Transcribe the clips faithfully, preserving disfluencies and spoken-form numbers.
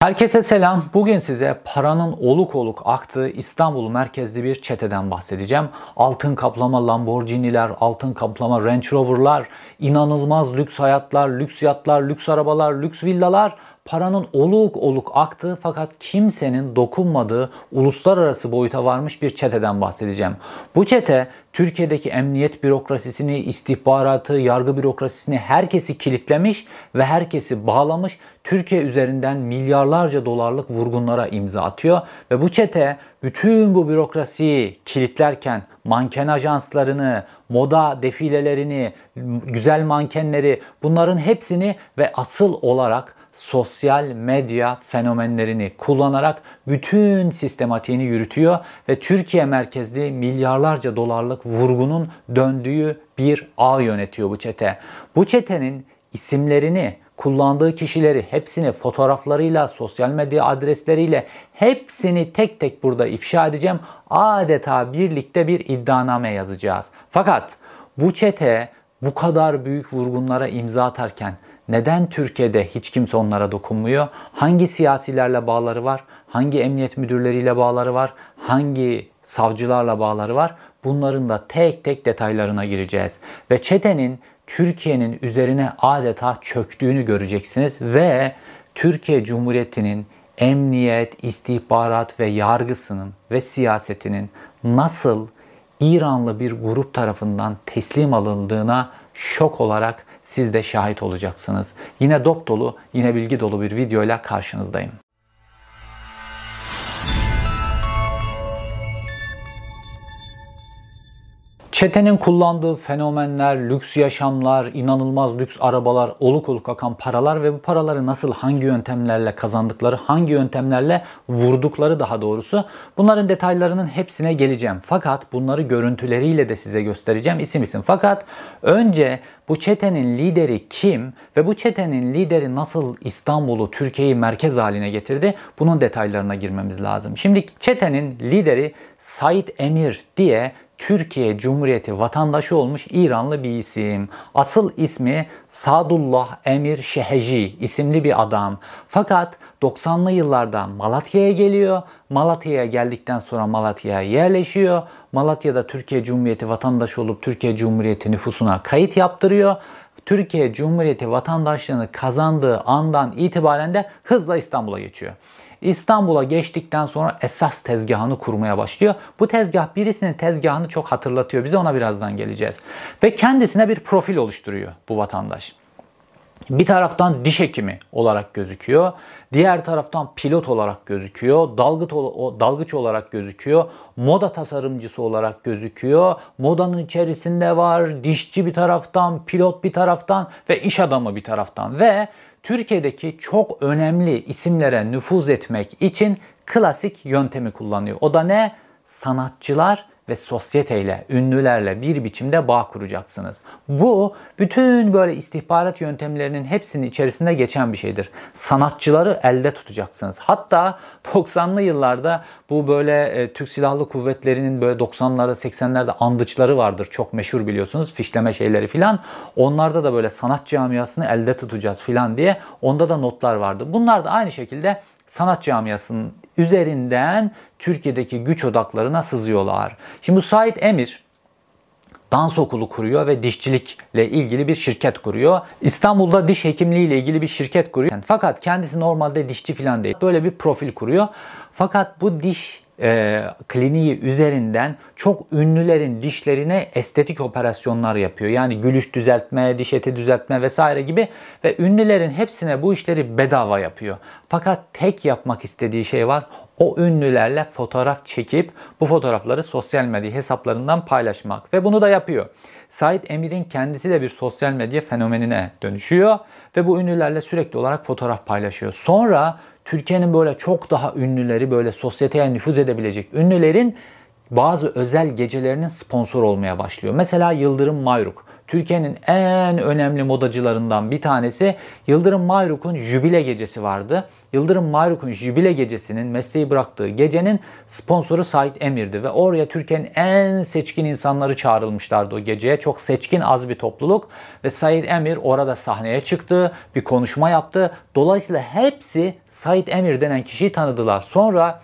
Herkese selam. Bugün size paranın oluk oluk aktığı İstanbul merkezli bir çeteden bahsedeceğim. Altın kaplama Lamborghini'ler, altın kaplama Range Rover'lar, inanılmaz lüks hayatlar, lüks yatlar, lüks arabalar, lüks villalar. Paranın oluk oluk aktığı fakat kimsenin dokunmadığı uluslararası boyuta varmış bir çeteden bahsedeceğim. Bu çete Türkiye'deki emniyet bürokrasisini, istihbaratı, yargı bürokrasisini herkesi kilitlemiş ve herkesi bağlamış. Türkiye üzerinden milyarlarca dolarlık vurgunlara imza atıyor ve bu çete bütün bu bürokrasiyi kilitlerken manken ajanslarını, moda defilelerini, güzel mankenleri, bunların hepsini ve asıl olarak sosyal medya fenomenlerini kullanarak bütün sistematiğini yürütüyor ve Türkiye merkezli milyarlarca dolarlık vurgunun döndüğü bir ağ yönetiyor bu çete. Bu çetenin isimlerini, kullandığı kişileri, hepsini fotoğraflarıyla, sosyal medya adresleriyle hepsini tek tek burada ifşa edeceğim. Adeta birlikte bir iddianame yazacağız. Fakat bu çete bu kadar büyük vurgunlara imza atarken neden Türkiye'de hiç kimse onlara dokunmuyor? Hangi siyasilerle bağları var? Hangi emniyet müdürleriyle bağları var? Hangi savcılarla bağları var? Bunların da tek tek detaylarına gireceğiz. Ve çetenin Türkiye'nin üzerine adeta çöktüğünü göreceksiniz ve Türkiye Cumhuriyeti'nin emniyet, istihbarat ve yargısının ve siyasetinin nasıl İranlı bir grup tarafından teslim alındığına şok olarak siz de şahit olacaksınız. Yine dop dolu, yine bilgi dolu bir videoyla karşınızdayım. Çetenin kullandığı fenomenler, lüks yaşamlar, inanılmaz lüks arabalar, oluk oluk akan paralar ve bu paraları nasıl, hangi yöntemlerle kazandıkları, hangi yöntemlerle vurdukları daha doğrusu. Bunların detaylarının hepsine geleceğim. Fakat bunları görüntüleriyle de size göstereceğim isim isim. Fakat önce bu çetenin lideri kim ve bu çetenin lideri nasıl İstanbul'u, Türkiye'yi merkez haline getirdi? Bunun detaylarına girmemiz lazım. Şimdi çetenin lideri Said Emir diye Türkiye Cumhuriyeti vatandaşı olmuş İranlı bir isim. Asıl ismi Sadullah Emir Şeheci isimli bir adam. Fakat doksanlı yıllarda Malatya'ya geliyor. Malatya'ya geldikten sonra Malatya'ya yerleşiyor. Malatya'da Türkiye Cumhuriyeti vatandaşı olup Türkiye Cumhuriyeti nüfusuna kayıt yaptırıyor. Türkiye Cumhuriyeti vatandaşlığını kazandığı andan itibaren de hızla İstanbul'a geçiyor. İstanbul'a geçtikten sonra esas tezgahını kurmaya başlıyor. Bu tezgah birisinin tezgahını çok hatırlatıyor. Bize ona birazdan geleceğiz. Ve kendisine bir profil oluşturuyor bu vatandaş. Bir taraftan diş hekimi olarak gözüküyor. Diğer taraftan pilot olarak gözüküyor. Dalgıç, dalgıç olarak gözüküyor. Moda tasarımcısı olarak gözüküyor. Modanın içerisinde var. Dişçi bir taraftan, pilot bir taraftan ve iş adamı bir taraftan. Ve Türkiye'deki çok önemli isimlere nüfuz etmek için klasik yöntemi kullanıyor. O da ne? Sanatçılar ve sosyeteyle, ünlülerle bir biçimde bağ kuracaksınız. Bu bütün böyle istihbarat yöntemlerinin hepsinin içerisinde geçen bir şeydir. Sanatçıları elde tutacaksınız. Hatta doksanlı yıllarda bu böyle e, Türk Silahlı Kuvvetleri'nin böyle doksanlarda seksenlerde andıçları vardır. Çok meşhur biliyorsunuz. Fişleme şeyleri filan. Onlarda da böyle sanat camiasını elde tutacağız filan diye onda da notlar vardı. Bunlar da aynı şekilde sanat camiasının üzerinden Türkiye'deki güç odaklarına sızıyorlar. Şimdi bu Said Emir dans okulu kuruyor ve dişçilikle ilgili bir şirket kuruyor. İstanbul'da diş hekimliği ile ilgili bir şirket kuruyor. Fakat kendisi normalde dişçi falan değil. Böyle bir profil kuruyor. Fakat bu diş e, kliniği üzerinden çok ünlülerin dişlerine estetik operasyonlar yapıyor. Yani gülüş düzeltme, diş eti düzeltme vesaire gibi ve ünlülerin hepsine bu işleri bedava yapıyor. Fakat tek yapmak istediği şey var. O ünlülerle fotoğraf çekip bu fotoğrafları sosyal medya hesaplarından paylaşmak ve bunu da yapıyor. Said Emir'in kendisi de bir sosyal medya fenomenine dönüşüyor ve bu ünlülerle sürekli olarak fotoğraf paylaşıyor. Sonra Türkiye'nin böyle çok daha ünlüleri, böyle sosyeteye nüfuz edebilecek ünlülerin bazı özel gecelerinin sponsor olmaya başlıyor. Mesela Yıldırım Mayruk. Türkiye'nin en önemli modacılarından bir tanesi. Yıldırım Mayruk'un jübile gecesi vardı. Yıldırım Mayruk'un jübile gecesinin, mesleği bıraktığı gecenin sponsoru Sait Emir'di ve oraya Türkiye'nin en seçkin insanları çağrılmışlardı o geceye. Çok seçkin, az bir topluluk ve Sait Emir orada sahneye çıktı, bir konuşma yaptı. Dolayısıyla hepsi Sait Emir denen kişiyi tanıdılar. Sonra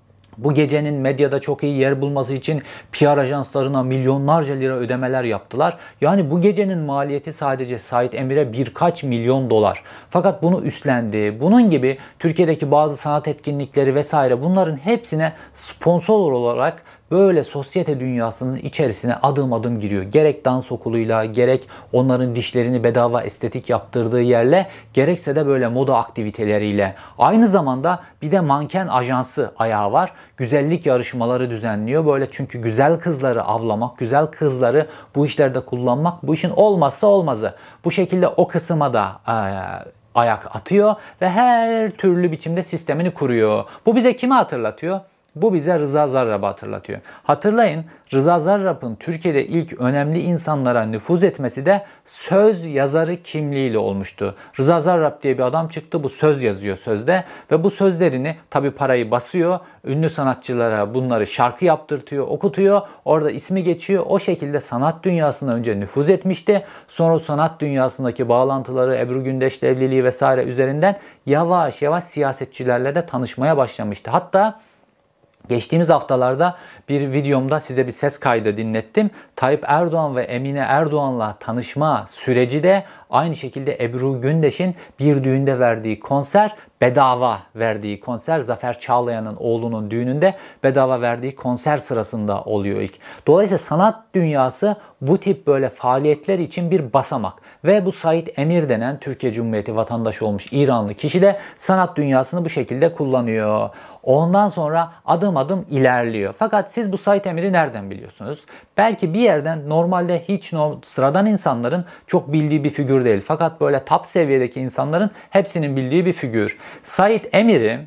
bu gecenin medyada çok iyi yer bulması için P R ajanslarına milyonlarca lira ödemeler yaptılar. Yani bu gecenin maliyeti sadece Sait Emir'e birkaç milyon dolar. Fakat bunu üstlendi. Bunun gibi Türkiye'deki bazı sanat etkinlikleri vesaire, bunların hepsine sponsor olarak böyle sosyete dünyasının içerisine adım adım giriyor. Gerek dans okuluyla, gerek onların dişlerini bedava estetik yaptırdığı yerle, gerekse de böyle moda aktiviteleriyle. Aynı zamanda bir de manken ajansı ayağı var. Güzellik yarışmaları düzenliyor. Böyle, çünkü güzel kızları avlamak, güzel kızları bu işlerde kullanmak bu işin olmazsa olmazı. Bu şekilde o kısma da ee, ayak atıyor ve her türlü biçimde sistemini kuruyor. Bu bize kimi hatırlatıyor? Bu bize Rıza Zarrab'ı hatırlatıyor. Hatırlayın, Rıza Zarrab'ın Türkiye'de ilk önemli insanlara nüfuz etmesi de söz yazarı kimliğiyle olmuştu. Rıza Zarrab diye bir adam çıktı, bu söz yazıyor sözde ve bu sözlerini, tabii parayı basıyor, ünlü sanatçılara bunları şarkı yaptırtıyor, okutuyor, orada ismi geçiyor. O şekilde sanat dünyasına önce nüfuz etmişti. Sonra sanat dünyasındaki bağlantıları, Ebru Gündeş'le evliliği vesaire üzerinden yavaş yavaş siyasetçilerle de tanışmaya başlamıştı. Hatta geçtiğimiz haftalarda bir videomda size bir ses kaydı dinlettim. Tayyip Erdoğan ve Emine Erdoğan'la tanışma süreci de aynı şekilde Ebru Gündeş'in bir düğünde verdiği konser, bedava verdiği konser, Zafer Çağlayan'ın oğlunun düğününde bedava verdiği konser sırasında oluyor ilk. Dolayısıyla sanat dünyası bu tip böyle faaliyetler için bir basamak. Ve bu Sait Emir denen Türkiye Cumhuriyeti vatandaşı olmuş İranlı kişi de sanat dünyasını bu şekilde kullanıyor. Ondan sonra adım adım ilerliyor. Fakat siz bu Sait Emir'i nereden biliyorsunuz? Belki bir yerden, normalde hiç sıradan insanların çok bildiği bir figür değil. Fakat böyle top seviyedeki insanların hepsinin bildiği bir figür. Sait Emir'i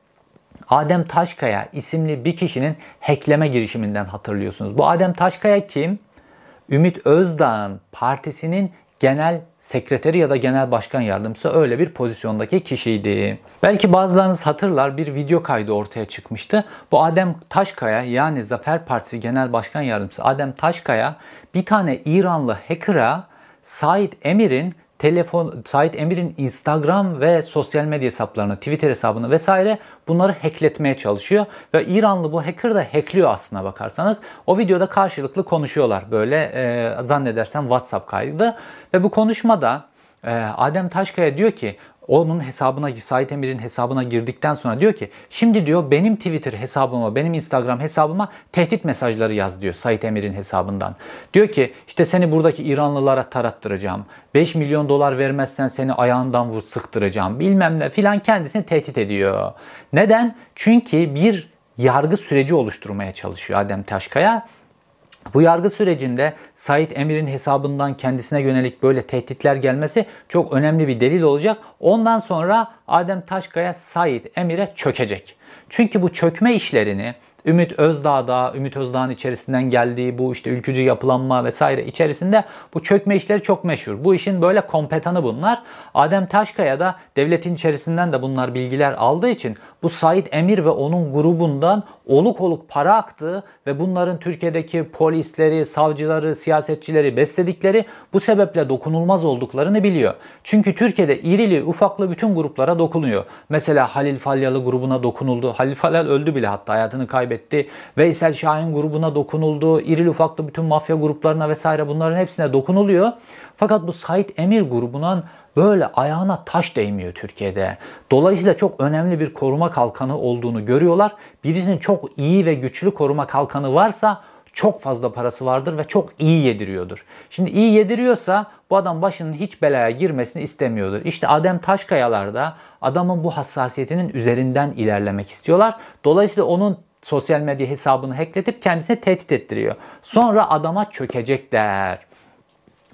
Adem Taşkaya isimli bir kişinin hackleme girişiminden hatırlıyorsunuz. Bu Adem Taşkaya kim? Ümit Özdağ'ın partisinin genel sekreteri ya da genel başkan yardımcısı, öyle bir pozisyondaki kişiydi. Belki bazılarınız hatırlar, bir video kaydı ortaya çıkmıştı. Bu Adem Taşkaya, yani Zafer Partisi Genel Başkan Yardımcısı Adem Taşkaya, bir tane İranlı hacker'a Sait Emir'in telefon, Sait Emir'in Instagram ve sosyal medya hesaplarını, Twitter hesabını vesaire, bunları hackletmeye çalışıyor. Ve İranlı bu hacker da hackliyor aslına bakarsanız. O videoda karşılıklı konuşuyorlar. Böyle e, zannedersem WhatsApp kaydı. Ve bu konuşmada e, Adem Taşkaya diyor ki, onun hesabına, Sait Emir'in hesabına girdikten sonra diyor ki, şimdi diyor benim Twitter hesabıma, benim Instagram hesabıma tehdit mesajları yaz diyor Sait Emir'in hesabından. Diyor ki işte seni buradaki İranlılara tarattıracağım, beş milyon dolar vermezsen seni ayağından vur sıktıracağım, bilmem ne filan, kendisini tehdit ediyor. Neden? Çünkü bir yargı süreci oluşturmaya çalışıyor Adem Taşkaya. Bu yargı sürecinde Sait Emir'in hesabından kendisine yönelik böyle tehditler gelmesi çok önemli bir delil olacak. Ondan sonra Adem Taşkaya Sait Emir'e çökecek. Çünkü bu çökme işlerini Ümit Özdağ'da, Ümit Özdağ'ın içerisinden geldiği bu işte ülkücü yapılanma vesaire içerisinde bu çökme işleri çok meşhur. Bu işin böyle kompetanı bunlar. Adem Taşkaya da devletin içerisinden de bunlar bilgiler aldığı için bu Sait Emir ve onun grubundan oluk oluk para aktığı ve bunların Türkiye'deki polisleri, savcıları, siyasetçileri besledikleri, bu sebeple dokunulmaz olduklarını biliyor. Çünkü Türkiye'de irili ufaklı bütün gruplara dokunuyor. Mesela Halil Falyalı grubuna dokunuldu. Halil Falyal öldü bile, hatta hayatını kaybetti. Veysel Şahin grubuna dokunuldu. İrili ufaklı bütün mafya gruplarına vesaire, bunların hepsine dokunuluyor. Fakat bu Sait Emir grubunun böyle ayağına taş değmiyor Türkiye'de. Dolayısıyla çok önemli bir koruma kalkanı olduğunu görüyorlar. Birisinin çok iyi ve güçlü koruma kalkanı varsa çok fazla parası vardır ve çok iyi yediriyordur. Şimdi iyi yediriyorsa bu adam başının hiç belaya girmesini istemiyordur. İşte Adem Taşkayalar da adamın bu hassasiyetinin üzerinden ilerlemek istiyorlar. Dolayısıyla onun sosyal medya hesabını hackletip kendisini tehdit ettiriyor. Sonra adama çökecekler.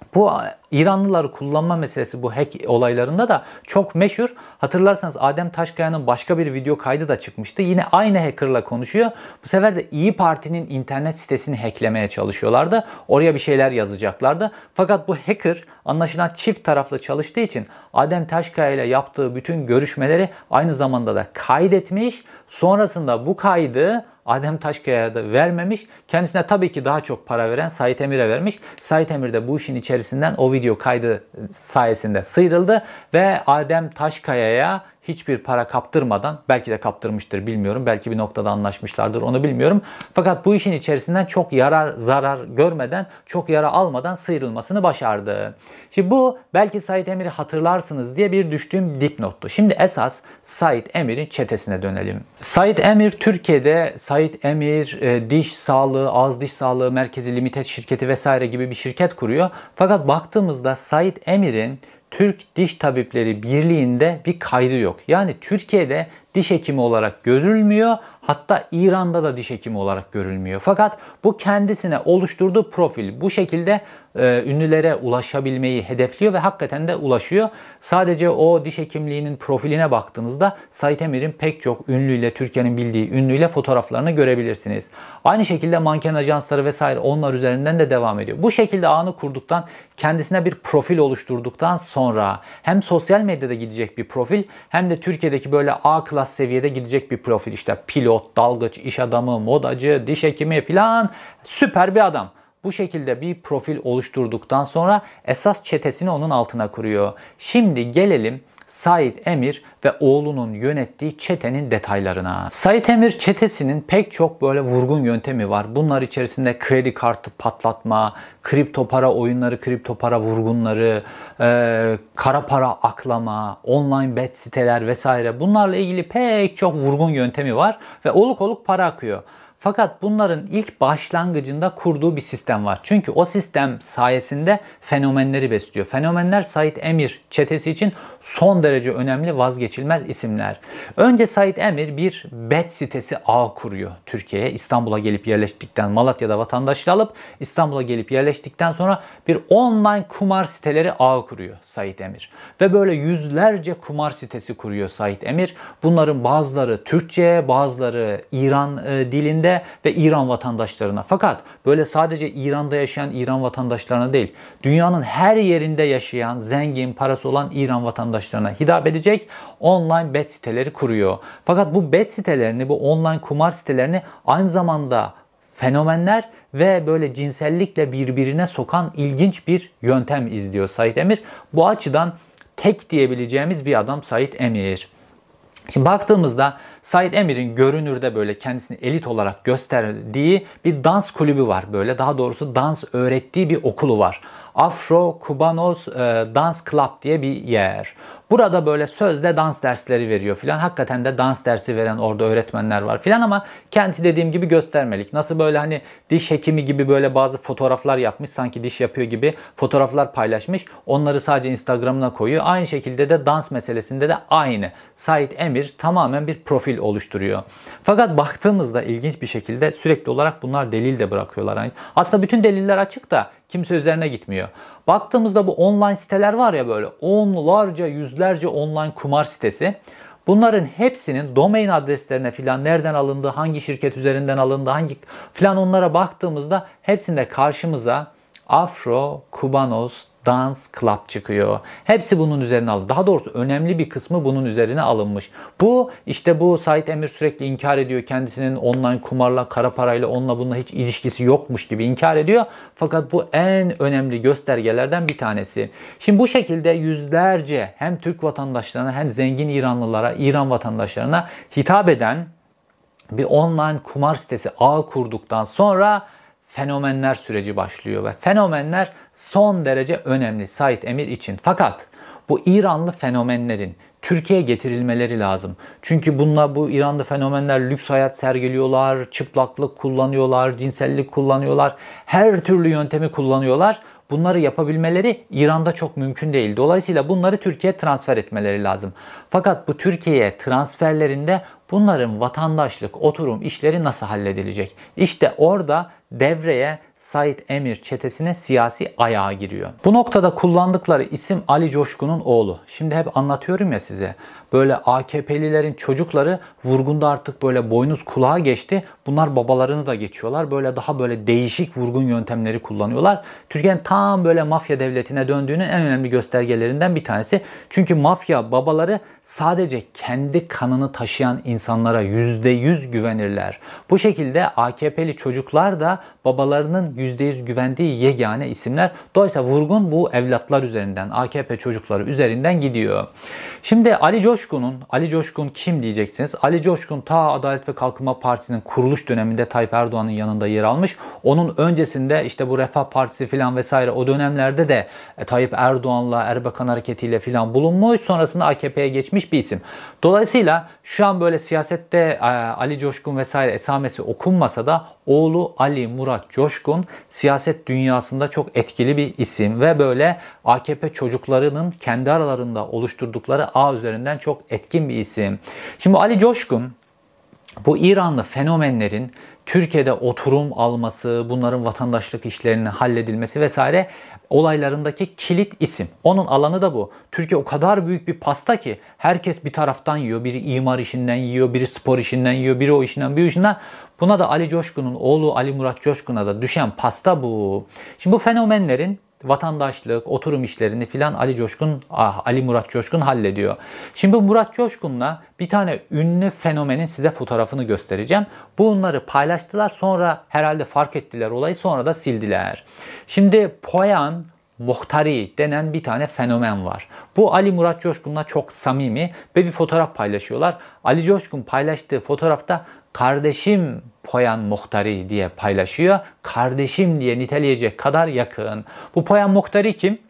Bu İranlıları kullanma meselesi bu hack olaylarında da çok meşhur. Hatırlarsanız Adem Taşkaya'nın başka bir video kaydı da çıkmıştı. Yine aynı hackerla konuşuyor. Bu sefer de İyi Parti'nin internet sitesini hacklemeye çalışıyorlardı. Oraya bir şeyler yazacaklardı. Fakat bu hacker anlaşılan çift taraflı çalıştığı için Adem Taşkaya ile yaptığı bütün görüşmeleri aynı zamanda da kaydetmiş. Sonrasında bu kaydı Adem Taşkaya'ya da vermemiş. Kendisine tabii ki daha çok para veren Sait Emir'e vermiş. Sait Emir de bu işin içerisinden o video kaydı sayesinde sıyrıldı ve Adem Taşkaya'ya hiçbir para kaptırmadan, belki de kaptırmıştır bilmiyorum, belki bir noktada anlaşmışlardır onu bilmiyorum. Fakat bu işin içerisinden çok yarar zarar görmeden, çok yara almadan sıyrılmasını başardı. Şimdi bu belki Sait Emir'i hatırlarsınız diye bir düştüğüm dipnottu. Şimdi esas Sait Emir'in çetesine dönelim. Sait Emir Türkiye'de Sait Emir e, diş sağlığı, ağız diş sağlığı merkezi limited şirketi vesaire gibi bir şirket kuruyor. Fakat baktığımızda Sait Emir'in Türk Diş Tabipleri Birliği'nde bir kaydı yok. Yani Türkiye'de diş hekimi olarak görülmüyor. Hatta İran'da da diş hekimi olarak görülmüyor. Fakat bu kendisine oluşturduğu profil bu şekilde e, ünlülere ulaşabilmeyi hedefliyor ve hakikaten de ulaşıyor. Sadece o diş hekimliğinin profiline baktığınızda Sait Emir'in pek çok ünlüyle, Türkiye'nin bildiği ünlüyle fotoğraflarını görebilirsiniz. Aynı şekilde manken ajansları vesaire onlar üzerinden de devam ediyor. Bu şekilde ağını kurduktan, kendisine bir profil oluşturduktan sonra hem sosyal medyada gidecek bir profil hem de Türkiye'deki böyle A klas seviyede gidecek bir profil. İşte pilot, dalgıç, iş adamı, modacı, diş hekimi filan süper bir adam. Bu şekilde bir profil oluşturduktan sonra esas çetesini onun altına kuruyor. Şimdi gelelim Sait Emir ve oğlunun yönettiği çetenin detaylarına. Sait Emir çetesinin pek çok böyle vurgun yöntemi var. Bunlar içerisinde kredi kartı patlatma, kripto para oyunları, kripto para vurgunları, e, kara para aklama, online bet siteler vesaire. Bunlarla ilgili pek çok vurgun yöntemi var ve oluk oluk para akıyor. Fakat bunların ilk başlangıcında kurduğu bir sistem var. Çünkü o sistem sayesinde fenomenleri besliyor. Fenomenler Sait Emir çetesi için son derece önemli, vazgeçilmez isimler. Önce Sait Emir bir bet sitesi ağı kuruyor Türkiye'ye. İstanbul'a gelip yerleştikten, Malatya'da vatandaşlığı alıp İstanbul'a gelip yerleştikten sonra bir online kumar siteleri ağı kuruyor Sait Emir. Ve böyle yüzlerce kumar sitesi kuruyor Sait Emir. Bunların bazıları Türkçe, bazıları İran e, dilinde ve İran vatandaşlarına. Fakat böyle sadece İran'da yaşayan İran vatandaşlarına değil, dünyanın her yerinde yaşayan, zengin, parası olan İran vatandaşlarına hitap edecek online bet siteleri kuruyor. Fakat bu bet sitelerini, bu online kumar sitelerini aynı zamanda fenomenler ve böyle cinsellikle birbirine sokan ilginç bir yöntem izliyor Sait Emir. Bu açıdan tek diyebileceğimiz bir adam Sait Emir. Şimdi baktığımızda Sait Emir'in görünürde böyle kendisini elit olarak gösterdiği bir dans kulübü var böyle. Daha doğrusu dans öğrettiği bir okulu var. Afro Cubanos Dance Club diye bir yer. Burada böyle sözde dans dersleri veriyor filan. Hakikaten de dans dersi veren orada öğretmenler var filan ama kendisi dediğim gibi göstermelik. Nasıl böyle hani diş hekimi gibi böyle bazı fotoğraflar yapmış, sanki diş yapıyor gibi fotoğraflar paylaşmış. Onları sadece Instagram'ına koyuyor. Aynı şekilde de dans meselesinde de aynı. Sait Emir tamamen bir profil oluşturuyor. Fakat baktığımızda ilginç bir şekilde sürekli olarak bunlar delil de bırakıyorlar. Aslında bütün deliller açık da kimse üzerine gitmiyor. Baktığımızda bu online siteler var ya, böyle onlarca, yüzlerce online kumar sitesi. Bunların hepsinin domain adreslerine filan nereden alındığı, hangi şirket üzerinden alındığı, hangi filan onlara baktığımızda hepsinde karşımıza Afro Cubanos Dance Club çıkıyor. Hepsi bunun üzerine alındı. Daha doğrusu önemli bir kısmı bunun üzerine alınmış. Bu işte bu Sait Emir sürekli inkar ediyor. Kendisinin online kumarla, kara parayla, onunla bununla hiç ilişkisi yokmuş gibi inkar ediyor. Fakat bu en önemli göstergelerden bir tanesi. Şimdi bu şekilde yüzlerce hem Türk vatandaşlarına hem zengin İranlılara, İran vatandaşlarına hitap eden bir online kumar sitesi ağı kurduktan sonra fenomenler süreci başlıyor ve fenomenler son derece önemli Sait Emir için. Fakat bu İranlı fenomenlerin Türkiye'ye getirilmeleri lazım. Çünkü bunlar, bu İranlı fenomenler lüks hayat sergiliyorlar, çıplaklık kullanıyorlar, cinsellik kullanıyorlar, her türlü yöntemi kullanıyorlar. Bunları yapabilmeleri İran'da çok mümkün değil. Dolayısıyla bunları Türkiye'ye transfer etmeleri lazım. Fakat bu Türkiye'ye transferlerinde bunların vatandaşlık, oturum işleri nasıl halledilecek? İşte orada devreye Said Emir çetesine siyasi ayağa giriyor. Bu noktada kullandıkları isim Ali Coşkun'un oğlu. Şimdi hep anlatıyorum ya size. Böyle A K P'lilerin çocukları vurgunda artık böyle boynuz kulağa geçti. Bunlar babalarını da geçiyorlar. Böyle daha böyle değişik vurgun yöntemleri kullanıyorlar. Türkiye'nin tam böyle mafya devletine döndüğünün en önemli göstergelerinden bir tanesi. Çünkü mafya babaları sadece kendi kanını taşıyan insanlara yüzde yüz güvenirler. Bu şekilde A K P'li çocuklar da babalarının yüzde yüz güvendiği yegane isimler. Dolayısıyla vurgun bu evlatlar üzerinden, A K P çocukları üzerinden gidiyor. Şimdi Ali Coşkun'un, Ali Coşkun kim diyeceksiniz? Ali Coşkun ta Adalet ve Kalkınma Partisi'nin kuruluş döneminde Tayyip Erdoğan'ın yanında yer almış. Onun öncesinde işte bu Refah Partisi filan vesaire o dönemlerde de Tayyip Erdoğan'la Erbakan hareketiyle filan bulunmuş. Sonrasında A K P'ye geçmiş bir isim. Dolayısıyla şu an böyle siyasette Ali Coşkun vesaire esamesi okunmasa da oğlu Ali Murat Coşkun siyaset dünyasında çok etkili bir isim ve böyle A K P çocuklarının kendi aralarında oluşturdukları ağ üzerinden çok etkin bir isim. Şimdi Ali Coşkun bu İranlı fenomenlerin Türkiye'de oturum alması, bunların vatandaşlık işlerinin halledilmesi vesaire olaylarındaki kilit isim. Onun alanı da bu. Türkiye o kadar büyük bir pasta ki herkes bir taraftan yiyor. Biri imar işinden yiyor, biri spor işinden yiyor, biri o işinden, bir işinden. Buna da Ali Coşkun'un oğlu Ali Murat Coşkun'a da düşen pasta bu. Şimdi bu fenomenlerin vatandaşlık, oturum işlerini filan Ali Coşkun, ah, Ali Murat Coşkun hallediyor. Şimdi bu Murat Coşkun'la bir tane ünlü fenomenin size fotoğrafını göstereceğim. Bunları paylaştılar, sonra herhalde fark ettiler olayı, sonra da sildiler. Şimdi Poyan Mohtari denen bir tane fenomen var. Bu Ali Murat Coşkun'la çok samimi ve bir fotoğraf paylaşıyorlar. Ali Coşkun paylaştığı fotoğrafta kardeşim Poyan Mohtari diye paylaşıyor. Kardeşim diye niteleyecek kadar yakın. Bu Poyan Mohtari kim?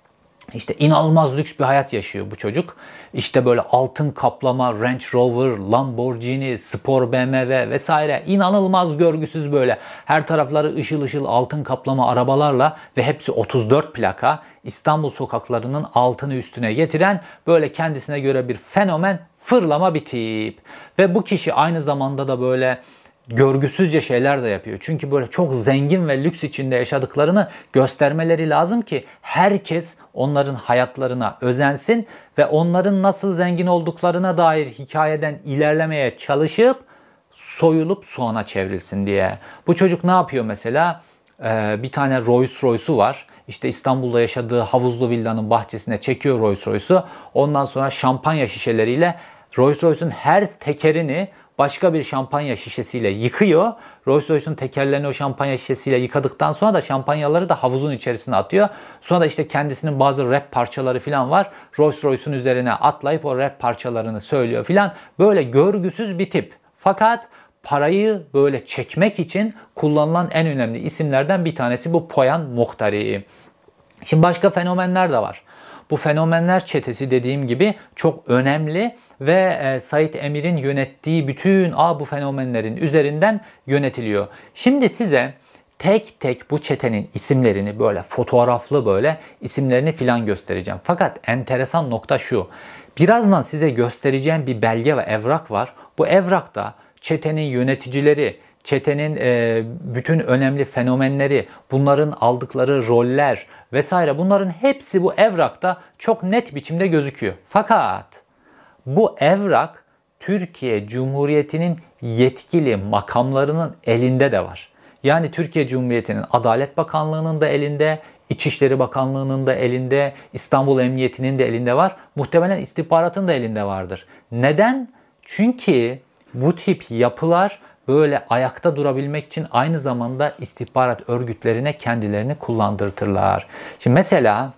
İşte inanılmaz lüks bir hayat yaşıyor bu çocuk. İşte böyle altın kaplama, Range Rover, Lamborghini, spor B M W vesaire. İnanılmaz görgüsüz böyle. Her tarafları ışıl ışıl altın kaplama arabalarla ve hepsi otuz dört plaka. İstanbul sokaklarının altını üstüne getiren böyle kendisine göre bir fenomen, fırlama bir tip. Ve bu kişi aynı zamanda da böyle görgüsüzce şeyler de yapıyor. Çünkü böyle çok zengin ve lüks içinde yaşadıklarını göstermeleri lazım ki herkes onların hayatlarına özensin ve onların nasıl zengin olduklarına dair hikayeden ilerlemeye çalışıp soyulup soğana çevrilsin diye. Bu çocuk ne yapıyor mesela? Ee, bir tane Rolls Royce'u var. İşte İstanbul'da yaşadığı havuzlu villanın bahçesine çekiyor Rolls Royce'u. Ondan sonra şampanya şişeleriyle Rolls Royce'un her tekerini başka bir şampanya şişesiyle yıkıyor. Rolls Royce'un tekerlerini o şampanya şişesiyle yıkadıktan sonra da şampanyaları da havuzun içerisine atıyor. Sonra da işte kendisinin bazı rap parçaları falan var. Rolls Royce'un üzerine atlayıp o rap parçalarını söylüyor falan. Böyle görgüsüz bir tip. Fakat parayı böyle çekmek için kullanılan en önemli isimlerden bir tanesi bu Poyan Mohtari. Şimdi başka fenomenler de var. Bu fenomenler çetesi dediğim gibi çok önemli ve e, Said Emir'in yönettiği bütün a bu fenomenlerin üzerinden yönetiliyor. Şimdi size tek tek bu çetenin isimlerini böyle fotoğraflı böyle isimlerini filan göstereceğim. Fakat enteresan nokta şu. Birazdan size göstereceğim bir belge ve evrak var. Bu evrakta çetenin yöneticileri, çetenin e, bütün önemli fenomenleri, bunların aldıkları roller vesaire, bunların hepsi bu evrakta çok net biçimde gözüküyor. Fakat bu evrak Türkiye Cumhuriyeti'nin yetkili makamlarının elinde de var. Yani Türkiye Cumhuriyeti'nin Adalet Bakanlığı'nın da elinde, İçişleri Bakanlığı'nın da elinde, İstanbul Emniyeti'nin de elinde var. Muhtemelen istihbaratın da elinde vardır. Neden? Çünkü bu tip yapılar böyle ayakta durabilmek için aynı zamanda istihbarat örgütlerine kendilerini kullandırtırlar. Şimdi mesela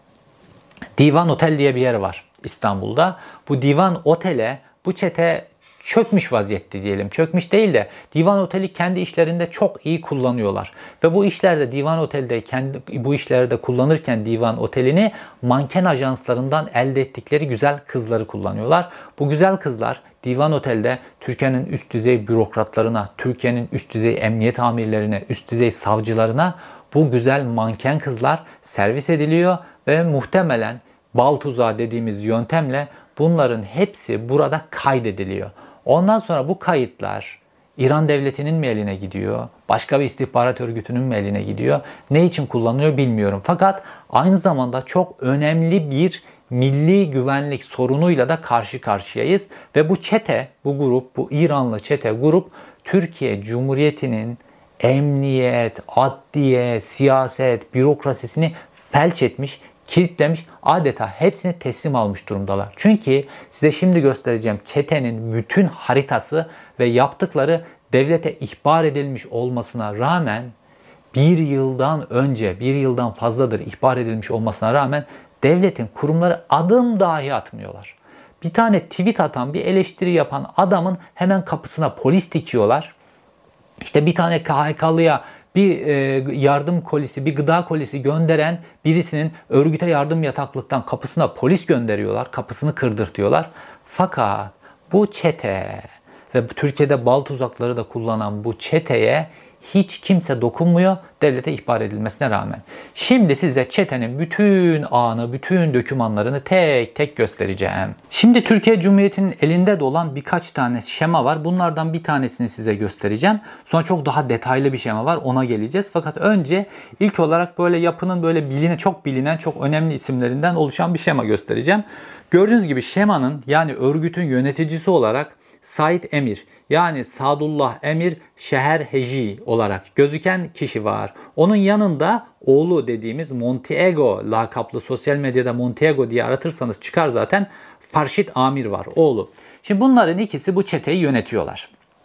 Divan Otel diye bir yer var İstanbul'da. Bu Divan Otel'e bu çete çökmüş vaziyette diyelim. Çökmüş değil de Divan Oteli kendi işlerinde çok iyi kullanıyorlar. Ve bu işlerde Divan Otel'de kendi bu işlerde kullanırken Divan Oteli'ni manken ajanslarından elde ettikleri güzel kızları kullanıyorlar. Bu güzel kızlar Divan Otel'de Türkiye'nin üst düzey bürokratlarına, Türkiye'nin üst düzey emniyet amirlerine, üst düzey savcılarına bu güzel manken kızlar servis ediliyor ve muhtemelen bal tuzağı dediğimiz yöntemle bunların hepsi burada kaydediliyor. Ondan sonra bu kayıtlar İran devletinin mi eline gidiyor? Başka bir istihbarat örgütünün mü eline gidiyor? Ne için kullanılıyor bilmiyorum. Fakat aynı zamanda çok önemli bir milli güvenlik sorunuyla da karşı karşıyayız. Ve bu çete, bu grup, bu İranlı çete grup Türkiye Cumhuriyeti'nin emniyet, adliye, siyaset, bürokrasisini felç etmiş, kilitlemiş, adeta hepsini teslim almış durumdalar. Çünkü size şimdi göstereceğim çetenin bütün haritası ve yaptıkları devlete ihbar edilmiş olmasına rağmen bir yıldan önce, bir yıldan fazladır ihbar edilmiş olmasına rağmen devletin kurumları adım dahi atmıyorlar. Bir tane tweet atan, bir eleştiri yapan adamın hemen kapısına polis dikiyorlar. İşte bir tane K H K'lıya bir e, yardım kolisi, bir gıda kolisi gönderen birisinin örgüte yardım yataklıktan kapısına polis gönderiyorlar, kapısını kırdırtıyorlar. Fakat bu çete ve Türkiye'de bal tuzakları da kullanan bu çeteye hiç kimse dokunmuyor devlete ihbar edilmesine rağmen. Şimdi size çetenin bütün ağını, bütün dokümanlarını tek tek göstereceğim. Şimdi Türkiye Cumhuriyeti'nin elinde de olan birkaç tane şema var. Bunlardan bir tanesini size göstereceğim. Sonra çok daha detaylı bir şema var. Ona geleceğiz. Fakat önce ilk olarak böyle yapının böyle biline, çok bilinen, çok önemli isimlerinden oluşan bir şema göstereceğim. Gördüğünüz gibi şemanın, yani örgütün yöneticisi olarak Said Emir, yani Sadullah Emir Şeherheci olarak gözüken kişi var. Onun yanında oğlu dediğimiz Montiego lakaplı, sosyal medyada Montiego diye aratırsanız çıkar zaten, Farşit Amir var, oğlu. Şimdi bunların ikisi bu çeteyi yönetiyorlar.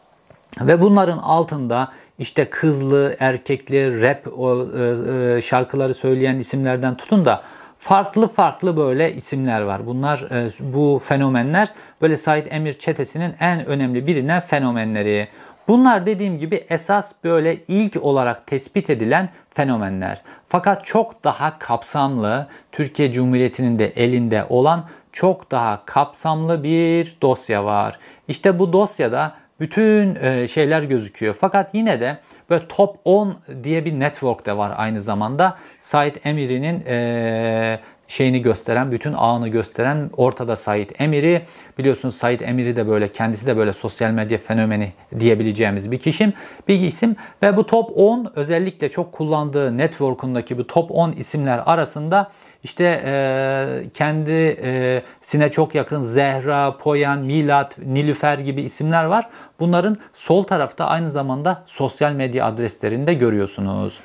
Ve bunların altında işte kızlı, erkekli, rap şarkıları söyleyen isimlerden tutun da farklı farklı böyle isimler var. Bunlar, bu fenomenler böyle Said Emir çetesinin en önemli bilinen fenomenleri. Bunlar dediğim gibi esas böyle ilk olarak tespit edilen fenomenler. Fakat çok daha kapsamlı, Türkiye Cumhuriyeti'nin de elinde olan çok daha kapsamlı bir dosya var. İşte bu dosyada bütün şeyler gözüküyor. Fakat yine de böyle top on diye bir network de var aynı zamanda. Said Emir'in e, şeyini gösteren, bütün ağını gösteren ortada Said Emir'i. Biliyorsunuz Said Emir'i de böyle, kendisi de böyle sosyal medya fenomeni diyebileceğimiz bir kişi, bir isim. Ve bu top on, özellikle çok kullandığı network'undaki bu top on isimler arasında işte e, kendisine çok yakın Zehra, Poyan, Milat, Nilüfer gibi isimler var. Bunların sol tarafta aynı zamanda sosyal medya adreslerinde görüyorsunuz.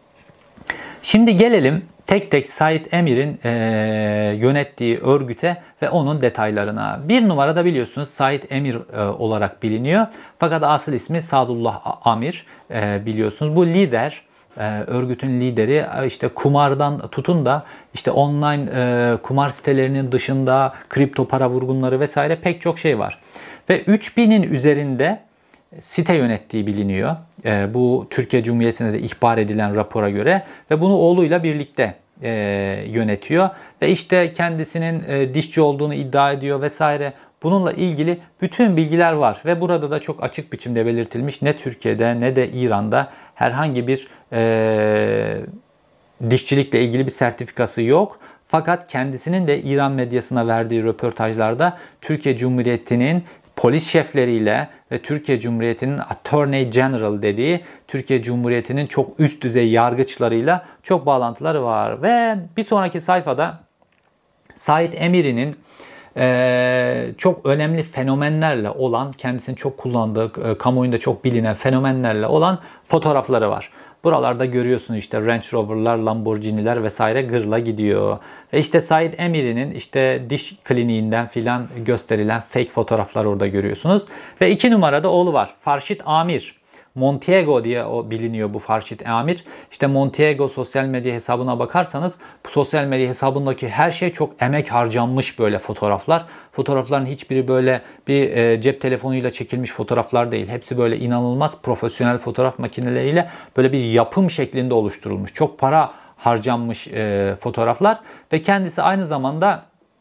Şimdi gelelim tek tek Said Emir'in e, yönettiği örgüte ve onun detaylarına. Bir numarada biliyorsunuz Said Emir e, olarak biliniyor. Fakat asıl ismi Sadullah Amir, e, biliyorsunuz. Bu lider, e, örgütün lideri, işte kumardan tutun da işte online e, kumar sitelerinin dışında kripto para vurgunları vesaire pek çok şey var. Ve üç binin üzerinde site yönettiği biliniyor. E, bu Türkiye Cumhuriyeti'ne de ihbar edilen rapora göre ve bunu oğluyla birlikte e, yönetiyor. Ve işte kendisinin e, dişçi olduğunu iddia ediyor vesaire. Bununla ilgili bütün bilgiler var ve burada da çok açık biçimde belirtilmiş. Ne Türkiye'de ne de İran'da herhangi bir e, dişçilikle ilgili bir sertifikası yok. Fakat kendisinin de İran medyasına verdiği röportajlarda Türkiye Cumhuriyeti'nin polis şefleriyle ve Türkiye Cumhuriyeti'nin Attorney General dediği Türkiye Cumhuriyeti'nin çok üst düzey yargıçlarıyla çok bağlantıları var. Ve bir sonraki sayfada Said Emir'in Ee, çok önemli fenomenlerle olan, kendisini çok kullandığı, e, kamuoyunda çok bilinen fenomenlerle olan fotoğrafları var. Buralarda görüyorsunuz işte Range Rover'lar, Lamborghini'ler vesaire gırla gidiyor. Ve işte Said Emir'in işte diş kliniğinden filan gösterilen fake fotoğraflar orada görüyorsunuz. Ve iki numarada oğlu var, Farşit Amir. Montiego diye o biliniyor bu Farşit Amir. İşte Montiego sosyal medya hesabına bakarsanız bu sosyal medya hesabındaki her şey çok emek harcanmış böyle fotoğraflar. Fotoğrafların hiçbiri böyle bir e, cep telefonuyla çekilmiş fotoğraflar değil. Hepsi böyle inanılmaz profesyonel fotoğraf makineleriyle böyle bir yapım şeklinde oluşturulmuş. Çok para harcanmış e, fotoğraflar ve kendisi aynı zamanda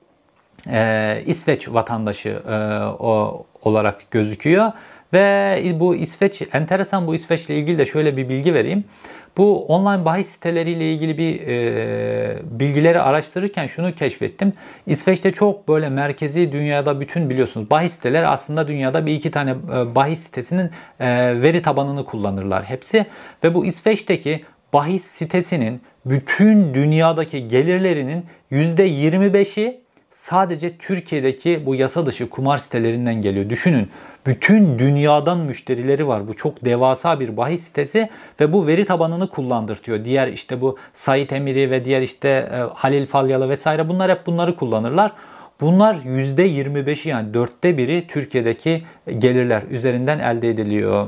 e, İsveç vatandaşı e, o, olarak gözüküyor. Ve bu İsveç, enteresan, bu İsveç'le ilgili de şöyle bir bilgi vereyim. Bu online bahis siteleriyle ilgili bir e, bilgileri araştırırken şunu keşfettim. İsveç'te çok böyle merkezi, dünyada bütün biliyorsunuz bahis siteleri aslında dünyada bir iki tane e, bahis sitesinin e, veri tabanını kullanırlar hepsi. Ve bu İsveç'teki bahis sitesinin bütün dünyadaki gelirlerinin yüzde yirmi beşi sadece Türkiye'deki bu yasa dışı kumar sitelerinden geliyor. Düşünün, bütün dünyadan müşterileri var. Bu çok devasa bir bahis sitesi ve bu veri tabanını kullandırtıyor. Diğer işte bu Sait Emiri ve diğer işte e, Halil Falyalı vesaire, bunlar hep bunları kullanırlar. Bunlar yüzde yirmi beşi, yani dörtte biri Türkiye'deki gelirler üzerinden elde ediliyor.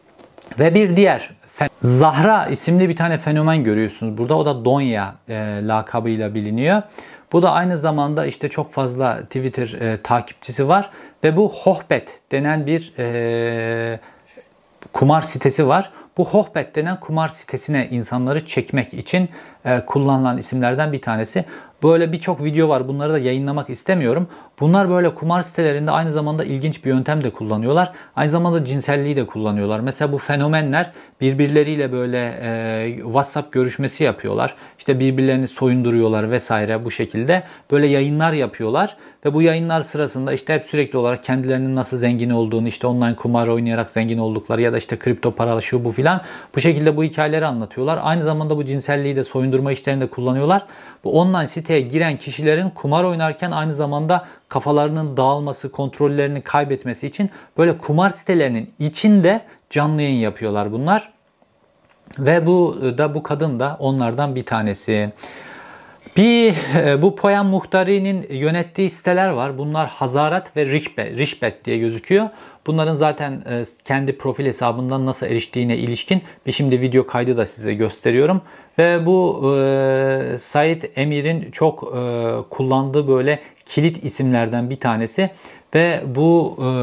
Ve bir diğer Zahra isimli bir tane fenomen görüyorsunuz burada. O da Donya e, lakabıyla biliniyor. Bu da aynı zamanda işte çok fazla Twitter e, takipçisi var. Ve bu Hohbet denen bir e, kumar sitesi var. Bu Hohbet denen kumar sitesine insanları çekmek için e, kullanılan isimlerden bir tanesi. Böyle birçok video var. Bunları da yayınlamak istemiyorum. Bunlar böyle kumar sitelerinde aynı zamanda ilginç bir yöntem de kullanıyorlar. Aynı zamanda cinselliği de kullanıyorlar. Mesela bu fenomenler birbirleriyle böyle e, WhatsApp görüşmesi yapıyorlar. İşte birbirlerini soyunduruyorlar vesaire, bu şekilde. Böyle yayınlar yapıyorlar. Ve bu yayınlar sırasında işte hep sürekli olarak kendilerinin nasıl zengin olduğunu, işte online kumar oynayarak zengin oldukları ya da işte kripto paralı şu bu filan, bu şekilde bu hikayeleri anlatıyorlar. Aynı zamanda bu cinselliği de, soyundurma işlerini de kullanıyorlar. Bu online siteye giren kişilerin kumar oynarken aynı zamanda kafalarının dağılması, kontrollerini kaybetmesi için böyle kumar sitelerinin içinde canlı yayın yapıyorlar bunlar. Ve bu da bu kadın da onlardan bir tanesi. Bir bu Poyan Muhtari'nin yönettiği siteler var. Bunlar Hazarat ve Rişbet, Rişbet diye gözüküyor. Bunların zaten kendi profil hesabından nasıl eriştiğine ilişkin bir şimdi video kaydı da size gösteriyorum. Ve bu e, Said Emir'in çok e, kullandığı böyle kilit isimlerden bir tanesi. Ve bu e,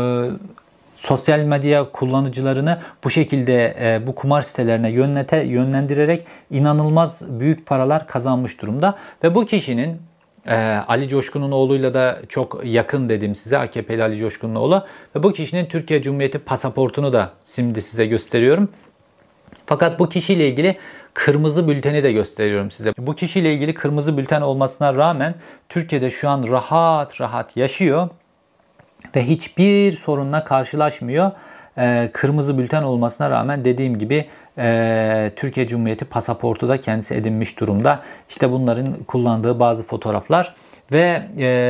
sosyal medya kullanıcılarını bu şekilde e, bu kumar sitelerine yönlete, yönlendirerek inanılmaz büyük paralar kazanmış durumda. Ve bu kişinin e, Ali Coşkun'un oğluyla da çok yakın dedim size, A K P'li Ali Coşkun'un oğlu. Ve bu kişinin Türkiye Cumhuriyeti pasaportunu da şimdi size gösteriyorum. Fakat bu kişiyle ilgili kırmızı bülteni de gösteriyorum size. Bu kişiyle ilgili kırmızı bülten olmasına rağmen Türkiye'de şu an rahat rahat yaşıyor ve hiçbir sorunla karşılaşmıyor. Ee, kırmızı bülten olmasına rağmen dediğim gibi e, Türkiye Cumhuriyeti pasaportu da kendisi edinmiş durumda. İşte bunların kullandığı bazı fotoğraflar ve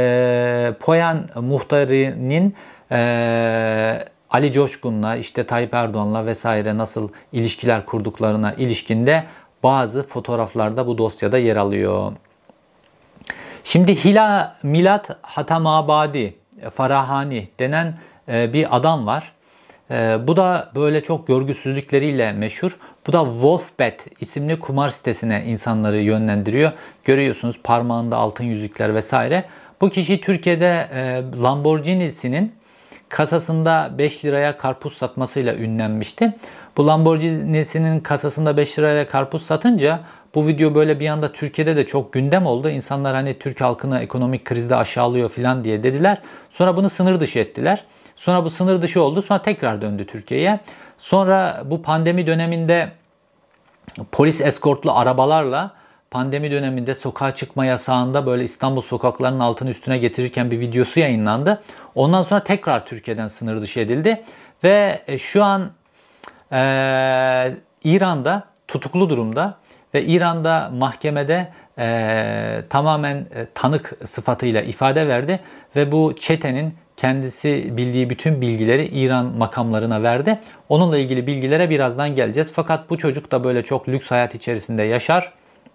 e, Poyan Muhtari'nin e, Ali Coşkun'la, işte Tayyip Erdoğan'la vesaire nasıl ilişkiler kurduklarına ilişkinde bazı fotoğraflarda bu dosyada yer alıyor. Şimdi Hila Milat Hatamabadi Farahani denen bir adam var. Bu da böyle çok görgüsüzlükleriyle meşhur. Bu da Wolfbet isimli kumar sitesine insanları yönlendiriyor. Görüyorsunuz parmağında altın yüzükler vesaire. Bu kişi Türkiye'de Lamborghini'sinin kasasında beş liraya karpuz satmasıyla ünlenmişti. Bu Lamborghini'sinin kasasında beş liraya karpuz satınca bu video böyle bir anda Türkiye'de de çok gündem oldu. İnsanlar hani Türk halkını ekonomik krizde aşağılıyor falan diye dediler. Sonra bunu sınır dışı ettiler. Sonra bu sınır dışı oldu. Sonra tekrar döndü Türkiye'ye. Sonra bu pandemi döneminde polis eskortlu arabalarla pandemi döneminde sokağa çıkma yasağında böyle İstanbul sokaklarının altını üstüne getirirken bir videosu yayınlandı. Ondan sonra tekrar Türkiye'den sınır dışı edildi. Ve şu an e, İran'da tutuklu durumda ve İran'da mahkemede e, tamamen e, tanık sıfatıyla ifade verdi. Ve bu çetenin kendisi bildiği bütün bilgileri İran makamlarına verdi. Onunla ilgili bilgilere birazdan geleceğiz. Fakat bu çocuk da böyle çok lüks hayat içerisinde yaşar.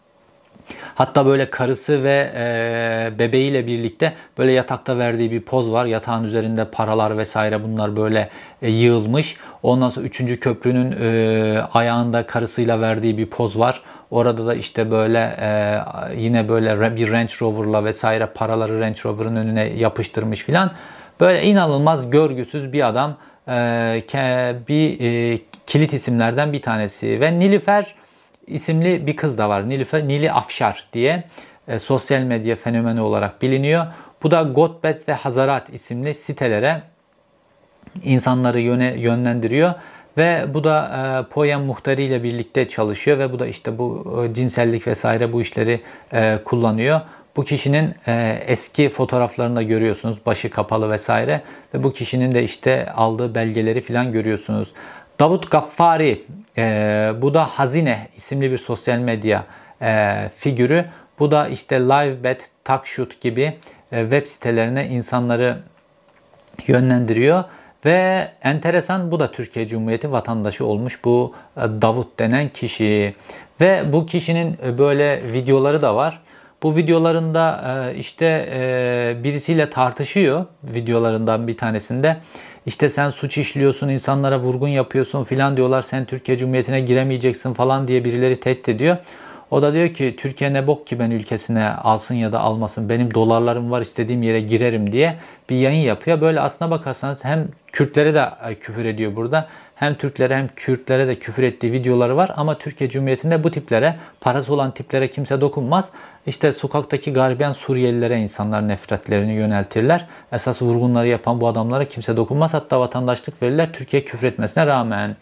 Hatta böyle karısı ve e, bebeğiyle birlikte böyle yatakta verdiği bir poz var. Yatağın üzerinde paralar vesaire bunlar böyle e, yığılmış. Ondan sonra üçüncü köprünün e, ayağında karısıyla verdiği bir poz var. Orada da işte böyle e, yine böyle bir Range Rover'la vesaire paraları Range Rover'ın önüne yapıştırmış filan. Böyle inanılmaz görgüsüz bir adam. E, bir e, kilit isimlerden bir tanesi. Ve Nilüfer isimli bir kız da var. Nilüfer, Nili Afşar diye e, sosyal medya fenomeni olarak biliniyor. Bu da Gotbet ve Hazarat isimli sitelere insanları yöne, yönlendiriyor. Ve bu da e, Poyen Muhtari ile birlikte çalışıyor ve bu da işte bu e, cinsellik vesaire bu işleri e, kullanıyor. Bu kişinin e, eski fotoğraflarını da görüyorsunuz. Başı kapalı vesaire. Ve bu kişinin de işte aldığı belgeleri falan görüyorsunuz. Davut Gaffari, e, bu da Hazine isimli bir sosyal medya e, figürü. Bu da işte Livebet, Talkshoot gibi e, web sitelerine insanları yönlendiriyor. Ve enteresan, bu da Türkiye Cumhuriyeti vatandaşı olmuş bu e, Davut denen kişi. Ve bu kişinin e, böyle videoları da var. Bu videolarında e, işte e, birisiyle tartışıyor, videolarından bir tanesinde. İşte sen suç işliyorsun, insanlara vurgun yapıyorsun filan diyorlar. Sen Türkiye Cumhuriyeti'ne giremeyeceksin falan diye birileri tehdit ediyor. O da diyor ki Türkiye ne bok ki ben ülkesine alsın ya da almasın. Benim dolarlarım var, istediğim yere girerim diye bir yayın yapıyor. Böyle aslına bakarsanız hem Kürtlere de küfür ediyor burada. Hem Türklere hem Kürtlere de küfür ettiği videoları var. Ama Türkiye Cumhuriyeti'nde bu tiplere, parası olan tiplere kimse dokunmaz. İşte sokaktaki gariben Suriyelilere insanlar nefretlerini yöneltirler. Esas vurgunları yapan bu adamlara kimse dokunmaz. Hatta vatandaşlık verirler Türkiye küfür etmesine rağmen.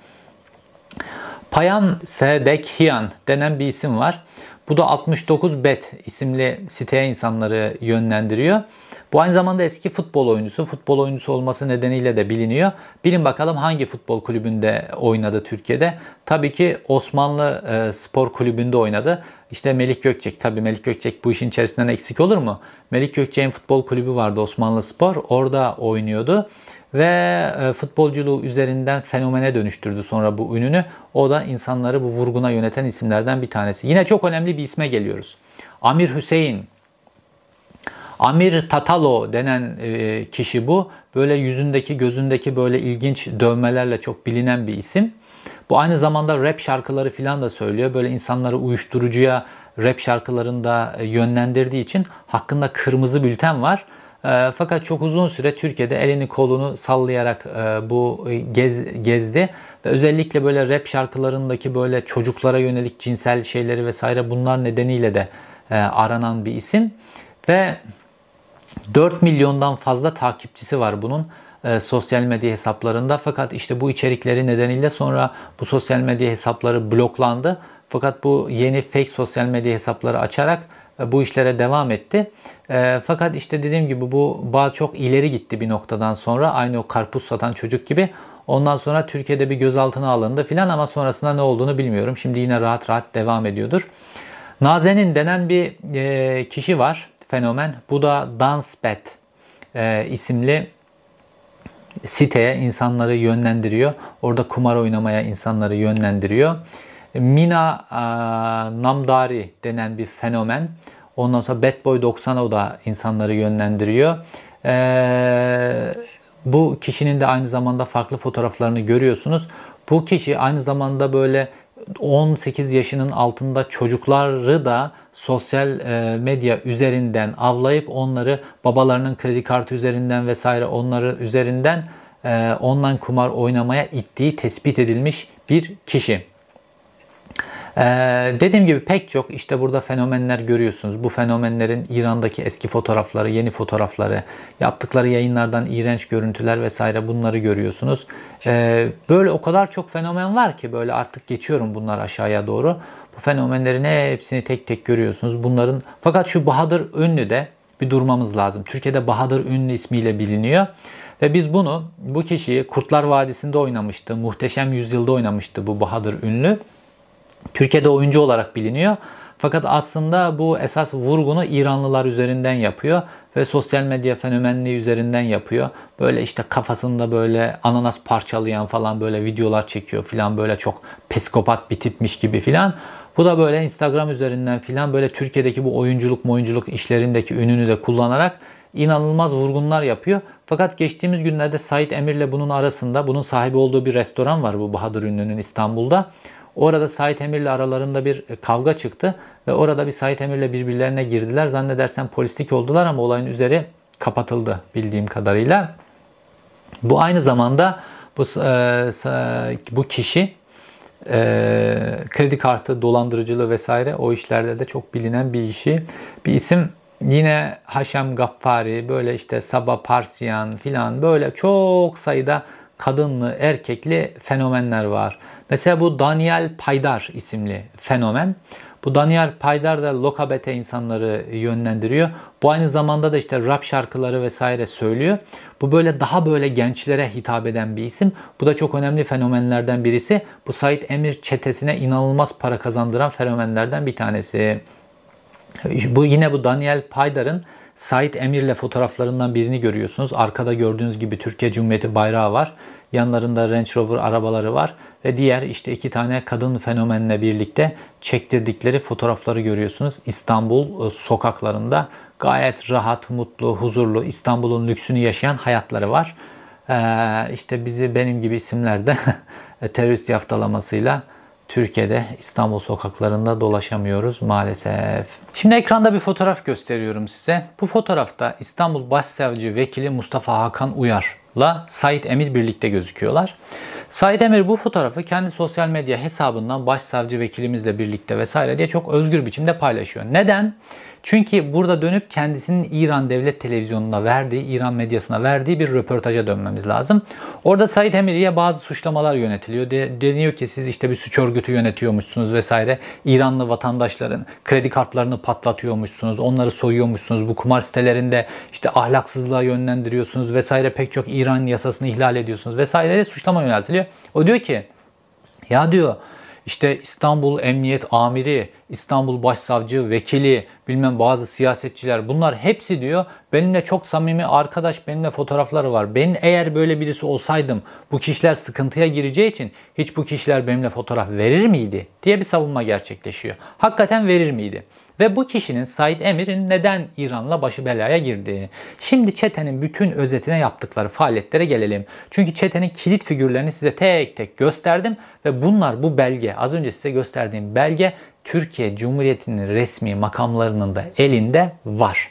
Payan Sedekhiyan denen bir isim var. Bu da altmış dokuz bet isimli siteye insanları yönlendiriyor. Bu aynı zamanda eski futbol oyuncusu. Futbol oyuncusu olması nedeniyle de biliniyor. Bilin bakalım hangi futbol kulübünde oynadı Türkiye'de? Tabii ki Osmanlı e, Spor Kulübü'nde oynadı. İşte Melik Gökçek. Tabii Melik Gökçek bu işin içerisinden eksik olur mu? Melik Gökçek'in futbol kulübü vardı, Osmanlı Spor. Orada oynuyordu. Ve e, futbolculuğu üzerinden fenomene dönüştürdü sonra bu ününü. O da insanları bu vurguna yöneten isimlerden bir tanesi. Yine çok önemli bir isme geliyoruz. Amir Hüseyin. Amir Tatalo denen e, kişi bu. Böyle yüzündeki, gözündeki böyle ilginç dövmelerle çok bilinen bir isim. Bu aynı zamanda rap şarkıları falan da söylüyor. Böyle insanları uyuşturucuya rap şarkılarında yönlendirdiği için hakkında kırmızı bülten var. E, fakat çok uzun süre Türkiye'de elini kolunu sallayarak e, bu gez, gezdi. Ve özellikle böyle rap şarkılarındaki böyle çocuklara yönelik cinsel şeyleri vesaire bunlar nedeniyle de e, aranan bir isim. Ve dört milyondan fazla takipçisi var bunun e, sosyal medya hesaplarında. Fakat işte bu içerikleri nedeniyle sonra bu sosyal medya hesapları bloklandı. Fakat bu yeni fake sosyal medya hesapları açarak e, bu işlere devam etti. E, fakat işte dediğim gibi bu bağ çok ileri gitti bir noktadan sonra. Aynı o karpuz satan çocuk gibi. Ondan sonra Türkiye'de bir gözaltına alındı filan ama sonrasında ne olduğunu bilmiyorum. Şimdi yine rahat rahat devam ediyordur. Nazenin denen bir e, kişi var. Fenomen. Bu da Dansbet e, isimli siteye insanları yönlendiriyor. Orada kumar oynamaya insanları yönlendiriyor. Mina e, Namdari denen bir fenomen. Ondan sonra Bad Boy doksan o da insanları yönlendiriyor. E, bu kişinin de aynı zamanda farklı fotoğraflarını görüyorsunuz. Bu kişi aynı zamanda böyle on sekiz yaşının altında çocukları da sosyal medya üzerinden avlayıp onları babalarının kredi kartı üzerinden vesaire onları üzerinden online kumar oynamaya ittiği tespit edilmiş bir kişi. Ee, dediğim gibi pek çok işte burada fenomenler görüyorsunuz. Bu fenomenlerin İran'daki eski fotoğrafları, yeni fotoğrafları, yaptıkları yayınlardan iğrenç görüntüler vesaire bunları görüyorsunuz. Ee, böyle o kadar çok fenomen var ki böyle artık geçiyorum bunlar aşağıya doğru. Bu fenomenlerin hepsini tek tek görüyorsunuz. Bunların fakat şu Bahadır Ünlü de bir durmamız lazım. Türkiye'de Bahadır Ünlü ismiyle biliniyor. Ve biz bunu, bu kişiyi Kurtlar Vadisi'nde oynamıştı. Muhteşem Yüzyıl'da oynamıştı bu Bahadır Ünlü. Türkiye'de oyuncu olarak biliniyor. Fakat aslında bu esas vurgunu İranlılar üzerinden yapıyor ve sosyal medya fenomenliği üzerinden yapıyor. Böyle işte kafasında böyle ananas parçalayan falan böyle videolar çekiyor filan, böyle çok psikopat bir tipmiş gibi filan. Bu da böyle Instagram üzerinden filan böyle Türkiye'deki bu oyunculuk oyunculuk işlerindeki ününü de kullanarak inanılmaz vurgunlar yapıyor. Fakat geçtiğimiz günlerde Sait Emir'le bunun arasında, bunun sahibi olduğu bir restoran var bu Bahadır Ünlü'nün İstanbul'da. Orada Sait Emir'le aralarında bir kavga çıktı ve orada bir Sait Emir'le birbirlerine girdiler. Zannedersem polislik oldular ama olayın üzeri kapatıldı bildiğim kadarıyla. Bu aynı zamanda bu e, bu kişi e, kredi kartı dolandırıcılığı vesaire o işlerde de çok bilinen bir işi. Bir isim yine Haşem Gaffari, böyle işte Sabah Parsiyan filan böyle çok sayıda kadınlı, erkekli fenomenler var. Mesela bu Daniel Paydar isimli fenomen. Bu Daniel Paydar da lokabete insanları yönlendiriyor. Bu aynı zamanda da işte rap şarkıları vesaire söylüyor. Bu böyle daha böyle gençlere hitap eden bir isim. Bu da çok önemli fenomenlerden birisi. Bu Sait Emir çetesine inanılmaz para kazandıran fenomenlerden bir tanesi. Bu yine bu Daniel Paydar'ın Sait Emir'le fotoğraflarından birini görüyorsunuz. Arkada gördüğünüz gibi Türkiye Cumhuriyeti bayrağı var. Yanlarında Range Rover arabaları var. Ve diğer işte iki tane kadın fenomenle birlikte çektirdikleri fotoğrafları görüyorsunuz. İstanbul sokaklarında gayet rahat, mutlu, huzurlu, İstanbul'un lüksünü yaşayan hayatları var. Ee, işte bizi benim gibi isimlerde terörist yaftalamasıyla Türkiye'de İstanbul sokaklarında dolaşamıyoruz maalesef. Şimdi ekranda bir fotoğraf gösteriyorum size. Bu fotoğrafta İstanbul Başsavcı Vekili Mustafa Hakan Uyar'la Sait Emir birlikte gözüküyorlar. Sait Emir bu fotoğrafı kendi sosyal medya hesabından başsavcı vekilimizle birlikte vesaire diye çok özgür biçimde paylaşıyor. Neden? Çünkü burada dönüp kendisinin İran Devlet Televizyonu'na verdiği, İran medyasına verdiği bir röportaja dönmemiz lazım. Orada Sait Emir'e bazı suçlamalar yönetiliyor. De, deniyor ki siz işte bir suç örgütü yönetiyormuşsunuz vesaire. İranlı vatandaşların kredi kartlarını patlatıyormuşsunuz. Onları soyuyormuşsunuz. Bu kumar sitelerinde işte ahlaksızlığa yönlendiriyorsunuz vesaire. Pek çok İran yasasını ihlal ediyorsunuz vesaire de suçlama yöneltiliyor. O diyor ki ya diyor İşte İstanbul Emniyet Amiri, İstanbul Başsavcı Vekili, bilmem bazı siyasetçiler bunlar hepsi diyor benimle çok samimi arkadaş, benimle fotoğrafları var. Ben eğer böyle birisi olsaydım bu kişiler sıkıntıya gireceği için hiç bu kişiler benimle fotoğraf verir miydi diye bir savunma gerçekleşiyor. Hakikaten verir miydi? Ve bu kişinin Sait Emir'in neden İran'la başı belaya girdiği. Şimdi çetenin bütün özetine yaptıkları faaliyetlere gelelim. Çünkü çetenin kilit figürlerini size tek tek gösterdim ve bunlar bu belge, az önce size gösterdiğim belge Türkiye Cumhuriyeti'nin resmi makamlarının da elinde var.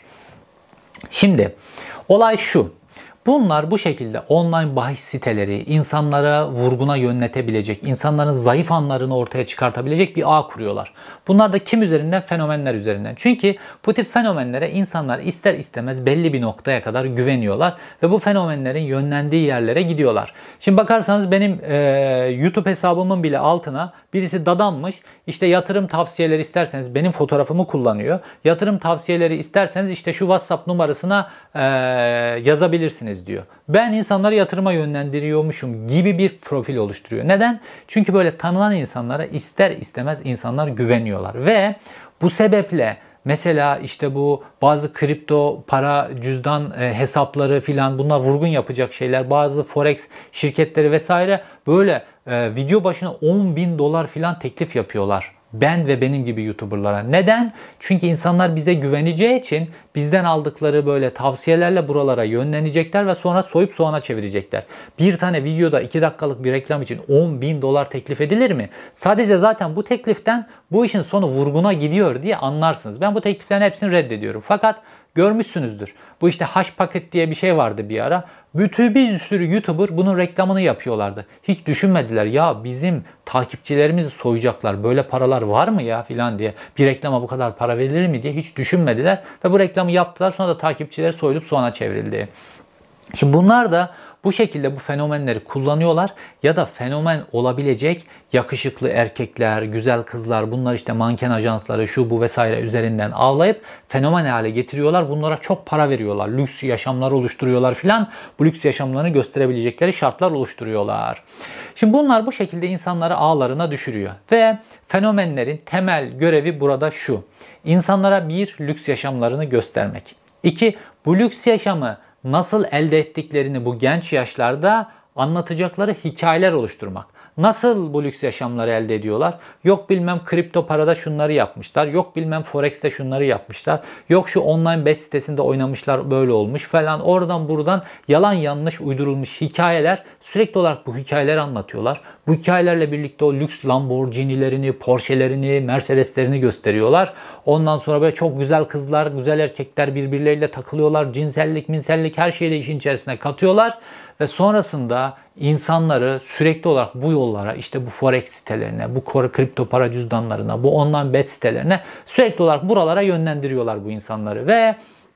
Şimdi olay şu. Bunlar bu şekilde online bahis siteleri insanlara vurguna yönletebilecek, insanların zayıf anlarını ortaya çıkartabilecek bir ağ kuruyorlar. Bunlar da kim üzerinden? Fenomenler üzerinden. Çünkü bu tip fenomenlere insanlar ister istemez belli bir noktaya kadar güveniyorlar ve bu fenomenlerin yönlendiği yerlere gidiyorlar. Şimdi bakarsanız benim e, YouTube hesabımın bile altına birisi dadanmış. İşte yatırım tavsiyeleri isterseniz benim fotoğrafımı kullanıyor. Yatırım tavsiyeleri isterseniz işte şu WhatsApp numarasına e, yazabilirsiniz diyor. Ben insanları yatırıma yönlendiriyormuşum gibi bir profil oluşturuyor. Neden? Çünkü böyle tanınan insanlara ister istemez insanlar güveniyorlar ve bu sebeple mesela işte bu bazı kripto para cüzdan e, hesapları filan bunlar vurgun yapacak şeyler. Bazı forex şirketleri vesaire böyle e, video başına on bin dolar filan teklif yapıyorlar. Ben ve benim gibi YouTuber'lara. Neden? Çünkü insanlar bize güveneceği için bizden aldıkları böyle tavsiyelerle buralara yönlenecekler ve sonra soyup soğana çevirecekler. Bir tane videoda iki dakikalık bir reklam için on bin dolar teklif edilir mi? Sadece zaten bu tekliften bu işin sonu vurguna gidiyor diye anlarsınız. Ben bu tekliflerin hepsini reddediyorum. Fakat görmüşsünüzdür. Bu işte hash paket diye bir şey vardı bir ara. Bütün bir sürü YouTuber bunun reklamını yapıyorlardı. Hiç düşünmediler ya bizim takipçilerimizi soyacaklar. Böyle paralar var mı ya filan diye. Bir reklama bu kadar para verilir mi diye hiç düşünmediler. Ve bu reklamı yaptılar. Sonra da takipçileri soyulup soğana çevrildi. Şimdi bunlar da bu şekilde bu fenomenleri kullanıyorlar ya da fenomen olabilecek yakışıklı erkekler, güzel kızlar, bunlar işte manken ajansları şu bu vesaire üzerinden avlayıp fenomen hale getiriyorlar. Bunlara çok para veriyorlar. Lüks yaşamlar oluşturuyorlar filan. Bu lüks yaşamlarını gösterebilecekleri şartlar oluşturuyorlar. Şimdi bunlar bu şekilde insanları ağlarına düşürüyor. Ve fenomenlerin temel görevi burada şu. İnsanlara bir, lüks yaşamlarını göstermek. İki, bu lüks yaşamı nasıl elde ettiklerini bu genç yaşlarda anlatacakları hikayeler oluşturmak. Nasıl bu lüks yaşamları elde ediyorlar? Yok bilmem kripto parada şunları yapmışlar. Yok bilmem forex'te şunları yapmışlar. Yok şu online bet sitesinde oynamışlar böyle olmuş falan. Oradan buradan yalan yanlış uydurulmuş hikayeler, sürekli olarak bu hikayeleri anlatıyorlar. Bu hikayelerle birlikte o lüks Lamborghini'lerini, Porsche'lerini, Mercedes'lerini gösteriyorlar. Ondan sonra böyle çok güzel kızlar, güzel erkekler birbirleriyle takılıyorlar. Cinsellik, minsellik her şeyi de işin içerisine katıyorlar. Ve sonrasında insanları sürekli olarak bu yollara, işte bu forex sitelerine, bu kripto para cüzdanlarına, bu online bet sitelerine sürekli olarak buralara yönlendiriyorlar bu insanları. Ve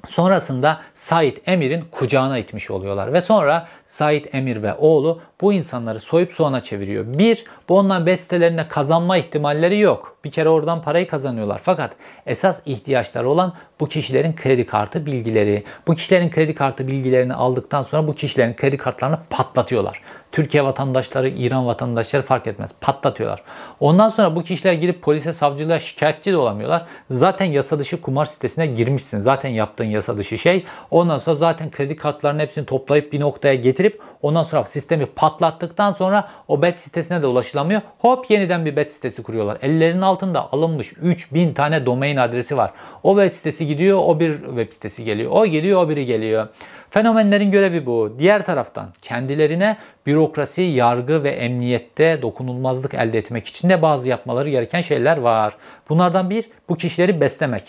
Sonrasında Said Emir'in kucağına itmiş oluyorlar. Ve sonra Said Emir ve oğlu bu insanları soyup soğana çeviriyor. Bir, bu onların bestelerine kazanma ihtimalleri yok. Bir kere oradan parayı kazanıyorlar. Fakat esas ihtiyaçları olan bu kişilerin kredi kartı bilgileri. Bu kişilerin kredi kartı bilgilerini aldıktan sonra bu kişilerin kredi kartlarını patlatıyorlar. Türkiye vatandaşları, İran vatandaşları fark etmez. Patlatıyorlar. Ondan sonra bu kişiler gidip polise, savcılığa şikayetçi de olamıyorlar. Zaten yasa dışı kumar sitesine girmişsin. Zaten yaptığın yasa dışı şey. Ondan sonra zaten kredi kartlarının hepsini toplayıp bir noktaya getirip ondan sonra sistemi patlattıktan sonra o bet sitesine de ulaşılamıyor. Hop yeniden bir bet sitesi kuruyorlar. Ellerinin altında alınmış üç bin tane domain adresi var. O web sitesi gidiyor, o bir web sitesi geliyor. O gidiyor, o biri geliyor. Fenomenlerin görevi bu. Diğer taraftan kendilerine bürokrasi, yargı ve emniyette dokunulmazlık elde etmek için de bazı yapmaları gereken şeyler var. Bunlardan bir, bu kişileri beslemek.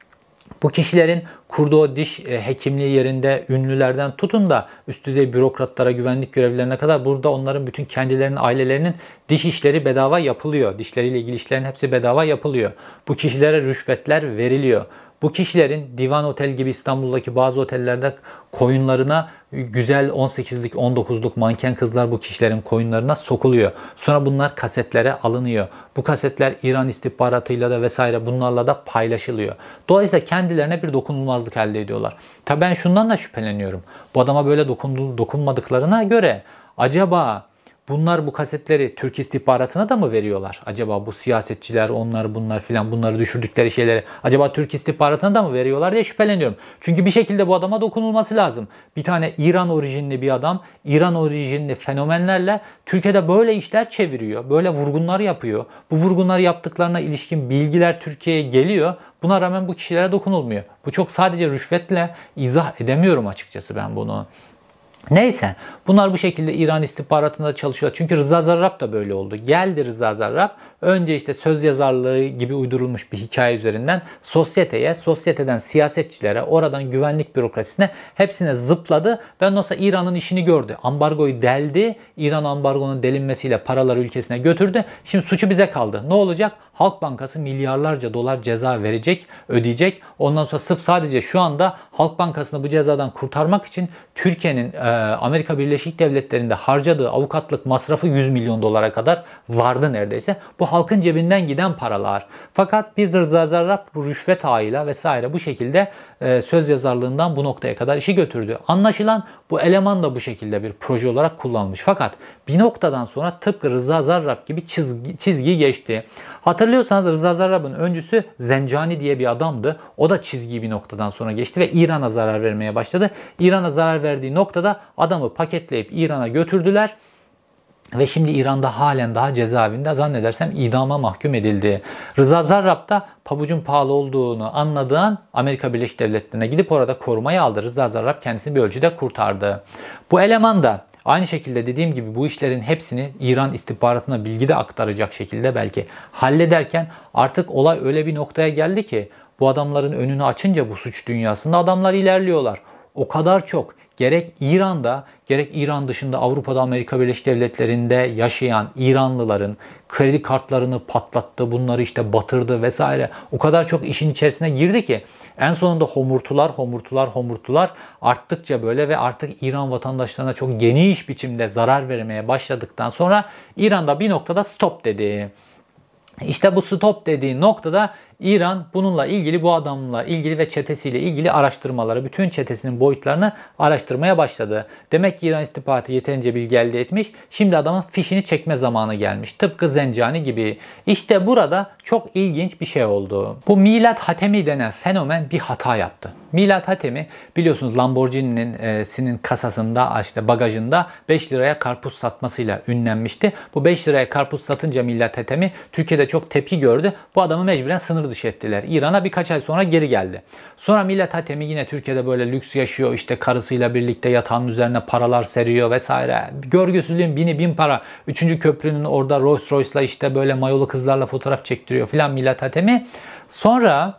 Bu kişilerin kurduğu diş hekimliği yerinde ünlülerden tutun da üst düzey bürokratlara, güvenlik görevlilerine kadar burada onların bütün kendilerinin, ailelerinin diş işleri bedava yapılıyor. Dişleriyle ilgili işlerin hepsi bedava yapılıyor. Bu kişilere rüşvetler veriliyor. Bu kişilerin Divan Otel gibi İstanbul'daki bazı otellerde koyunlarına güzel on sekizlik on dokuzluk manken kızlar bu kişilerin koyunlarına sokuluyor. Sonra bunlar kasetlere alınıyor. Bu kasetler İran istihbaratıyla da vesaire bunlarla da paylaşılıyor. Dolayısıyla kendilerine bir dokunulmazlık elde ediyorlar. Tabii ben şundan da şüpheleniyorum. Bu adama böyle dokundu, dokunmadıklarına göre acaba bunlar bu kasetleri Türk istihbaratına da mı veriyorlar? Acaba bu siyasetçiler, onlar bunlar filan bunları düşürdükleri şeyleri acaba Türk istihbaratına da mı veriyorlar diye şüpheleniyorum. Çünkü bir şekilde bu adama dokunulması lazım. Bir tane İran orijinli bir adam, İran orijinli fenomenlerle Türkiye'de böyle işler çeviriyor. Böyle vurgunlar yapıyor. Bu vurgunları yaptıklarına ilişkin bilgiler Türkiye'ye geliyor. Buna rağmen bu kişilere dokunulmuyor. Bu çok sadece rüşvetle izah edemiyorum açıkçası ben bunu. Neyse bunlar bu şekilde İran istihbaratında çalışıyor. Çünkü Rıza Zarrab da böyle oldu. Geldi Rıza Zarrab önce işte söz yazarlığı gibi uydurulmuş bir hikaye üzerinden sosyeteye, sosyeteden siyasetçilere, oradan güvenlik bürokrasisine hepsine zıpladı ve ondan sonra İran'ın işini gördü. Ambargoyu deldi. İran ambargonun delinmesiyle paraları ülkesine götürdü. Şimdi suçu bize kaldı. Ne olacak? Halk Bankası milyarlarca dolar ceza verecek, ödeyecek. Ondan sonra sırf sadece şu anda Halk Bankası'nı bu cezadan kurtarmak için Türkiye'nin e, Amerika Birleşik Devletleri'nde harcadığı avukatlık masrafı yüz milyon dolara kadar vardı neredeyse. Bu halkın cebinden giden paralar. Fakat biz Rıza Zarrab bu rüşvet ağıyla vesaire bu şekilde e, söz yazarlığından bu noktaya kadar işi götürdü. Anlaşılan bu eleman da bu şekilde bir proje olarak kullanılmış. Fakat bir noktadan sonra tıpkı Rıza Zarrab gibi çizgi, çizgi geçti. Hatırlıyorsanız Rıza Zarrab'ın öncüsü Zencani diye bir adamdı. O da çizgiyi bir noktadan sonra geçti ve İran'a zarar vermeye başladı. İran'a zarar verdiği noktada adamı paketleyip İran'a götürdüler. Ve şimdi İran'da halen daha cezaevinde zannedersem idama mahkum edildi. Rıza Zarrab da pabucun pahalı olduğunu anladığı an Amerika Birleşik Devletleri'ne gidip orada korumayı aldı. Rıza Zarrab kendisini bir ölçüde kurtardı. Bu eleman da aynı şekilde dediğim gibi bu işlerin hepsini İran istihbaratına bilgi de aktaracak şekilde belki hallederken artık olay öyle bir noktaya geldi ki bu adamların önünü açınca bu suç dünyasında adamlar ilerliyorlar. O kadar çok gerek İran'da gerek İran dışında Avrupa'da Amerika Birleşik Devletleri'nde yaşayan İranlıların kredi kartlarını patlattı, bunları işte batırdı vesaire. O kadar çok işin içerisine girdi ki en sonunda homurtular, homurtular, homurtular arttıkça böyle ve artık İran vatandaşlarına çok geniş biçimde zarar vermeye başladıktan sonra İran'da bir noktada stop dedi. İşte bu stop dediği noktada İran bununla ilgili, bu adamla ilgili ve çetesiyle ilgili araştırmaları, bütün çetesinin boyutlarını araştırmaya başladı. Demek ki İran istihbaratı yeterince bilgi elde etmiş. Şimdi adamın fişini çekme zamanı gelmiş. Tıpkı Zencani gibi. İşte burada çok ilginç bir şey oldu. Bu Milat Hatemi denen fenomen bir hata yaptı. Milat Hatemi biliyorsunuz Lamborghini'nin sinin kasasında, işte bagajında beş liraya karpuz satmasıyla ünlenmişti. Bu beş liraya karpuz satınca Milat Hatemi Türkiye'de çok tepki gördü. Bu adamı mecburen sınır dışı ettiler. İran'a birkaç ay sonra geri geldi. Sonra Milat Hatemi yine Türkiye'de böyle lüks yaşıyor. İşte karısıyla birlikte yatağın üzerine paralar seriyor vesaire. Görgüsüzlüğün bini bin para. Üçüncü köprünün orada Rolls Royce'la işte böyle mayolu kızlarla fotoğraf çektiriyor filan Milat Hatemi. Sonra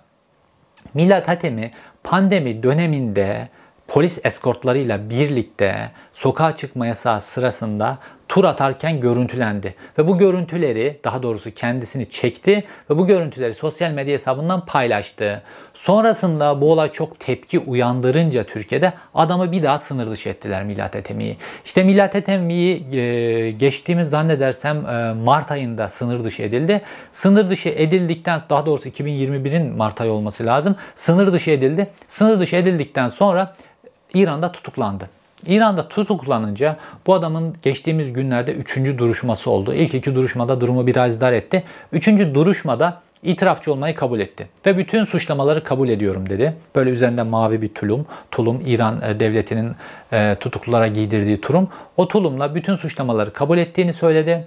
Milat Hatemi pandemi döneminde polis eskortlarıyla birlikte sokağa çıkma yasağı sırasında tur atarken görüntülendi. Ve bu görüntüleri, daha doğrusu kendisini çekti ve bu görüntüleri sosyal medya hesabından paylaştı. Sonrasında bu olay çok tepki uyandırınca Türkiye'de adamı bir daha sınır dışı ettiler Millat Etemi'yi. İşte Millat Etemi'yi e, geçtiğimiz zannedersem e, Mart ayında sınır dışı edildi. Sınır dışı edildikten, daha doğrusu iki bin yirmi birin Mart ayı olması lazım. Sınır dışı edildi. Sınır dışı edildikten sonra İran'da tutuklandı. İran'da tutuklanınca bu adamın geçtiğimiz günlerde üçüncü duruşması oldu. İlk iki duruşmada durumu biraz idare etti. Üçüncü duruşmada itirafçı olmayı kabul etti. Ve bütün suçlamaları kabul ediyorum dedi. Böyle üzerinde mavi bir tulum. Tulum İran devletinin tutuklulara giydirdiği tulum. O tulumla bütün suçlamaları kabul ettiğini söyledi.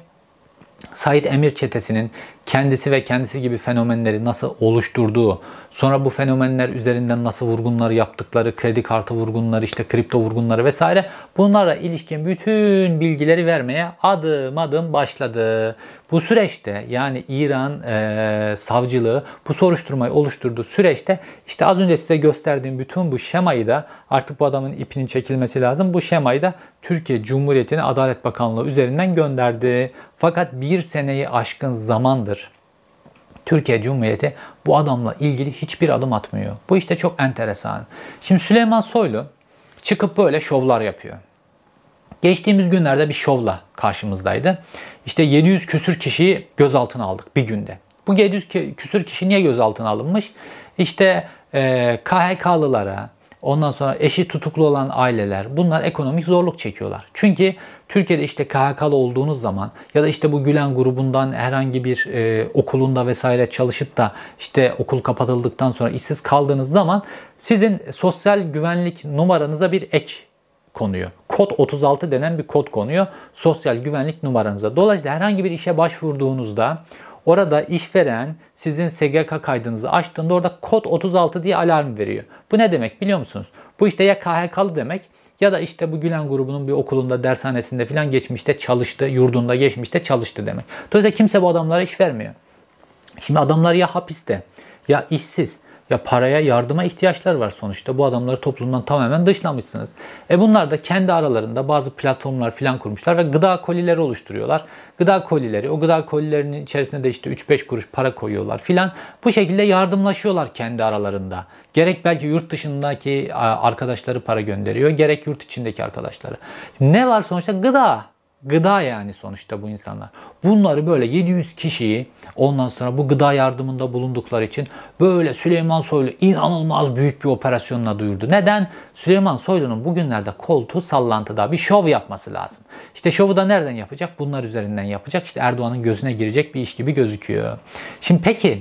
Said Emir çetesinin kendisi ve kendisi gibi fenomenleri nasıl oluşturduğu, sonra bu fenomenler üzerinden nasıl vurgunları yaptıkları, kredi kartı vurgunları, işte kripto vurgunları vesaire, bunlara ilişkin bütün bilgileri vermeye adım adım başladı. Bu süreçte, yani İran e, savcılığı bu soruşturmayı oluşturduğu süreçte işte az önce size gösterdiğim bütün bu şemayı da, artık bu adamın ipinin çekilmesi lazım, bu şemayı da Türkiye Cumhuriyeti'ne Adalet Bakanlığı üzerinden gönderdi. Fakat bir seneyi aşkın zamandır Türkiye Cumhuriyeti bu adamla ilgili hiçbir adım atmıyor. Bu işte çok enteresan. Şimdi Süleyman Soylu çıkıp böyle şovlar yapıyor. Geçtiğimiz günlerde bir şovla karşımızdaydı. İşte yedi yüz küsür kişiyi gözaltına aldık bir günde. Bu yedi yüz küsür kişi niye gözaltına alınmış? İşte e, K H K'lılara, ondan sonra eşi tutuklu olan aileler, bunlar ekonomik zorluk çekiyorlar. Çünkü Türkiye'de işte K H K'lı olduğunuz zaman ya da işte bu Gülen grubundan herhangi bir e, okulunda vesaire çalışıp da işte okul kapatıldıktan sonra işsiz kaldığınız zaman sizin sosyal güvenlik numaranıza bir ek konuyor. Kod otuz altı denen bir kod konuyor sosyal güvenlik numaranıza. Dolayısıyla herhangi bir işe başvurduğunuzda orada işveren sizin S G K kaydınızı açtığında orada kod otuz altı diye alarm veriyor. Bu ne demek biliyor musunuz? Bu işte ya K H K'lı demek ya da işte bu Gülen grubunun bir okulunda, dershanesinde falan geçmişte çalıştı, yurdunda geçmişte çalıştı demek. Dolayısıyla kimse bu adamlara iş vermiyor. Şimdi adamlar ya hapiste, ya işsiz, ya paraya, yardıma ihtiyaçları var sonuçta. Bu adamları toplumdan tamamen dışlamışsınız. E bunlar da kendi aralarında bazı platformlar falan kurmuşlar ve gıda kolileri oluşturuyorlar. Gıda kolileri, o gıda kolilerinin içerisinde de işte üç beş kuruş para koyuyorlar filan. Bu şekilde yardımlaşıyorlar kendi aralarında. Gerek belki yurt dışındaki arkadaşları para gönderiyor, gerek yurt içindeki arkadaşları. Ne var sonuçta? Gıda. Gıda yani sonuçta bu insanlar. Bunları böyle yedi yüz kişiyi ondan sonra bu gıda yardımında bulundukları için böyle Süleyman Soylu inanılmaz büyük bir operasyonla duyurdu. Neden? Süleyman Soylu'nun bugünlerde koltuğu sallantıda, bir şov yapması lazım. İşte şovu da nereden yapacak? Bunlar üzerinden yapacak. İşte Erdoğan'ın gözüne girecek bir iş gibi gözüküyor. Şimdi peki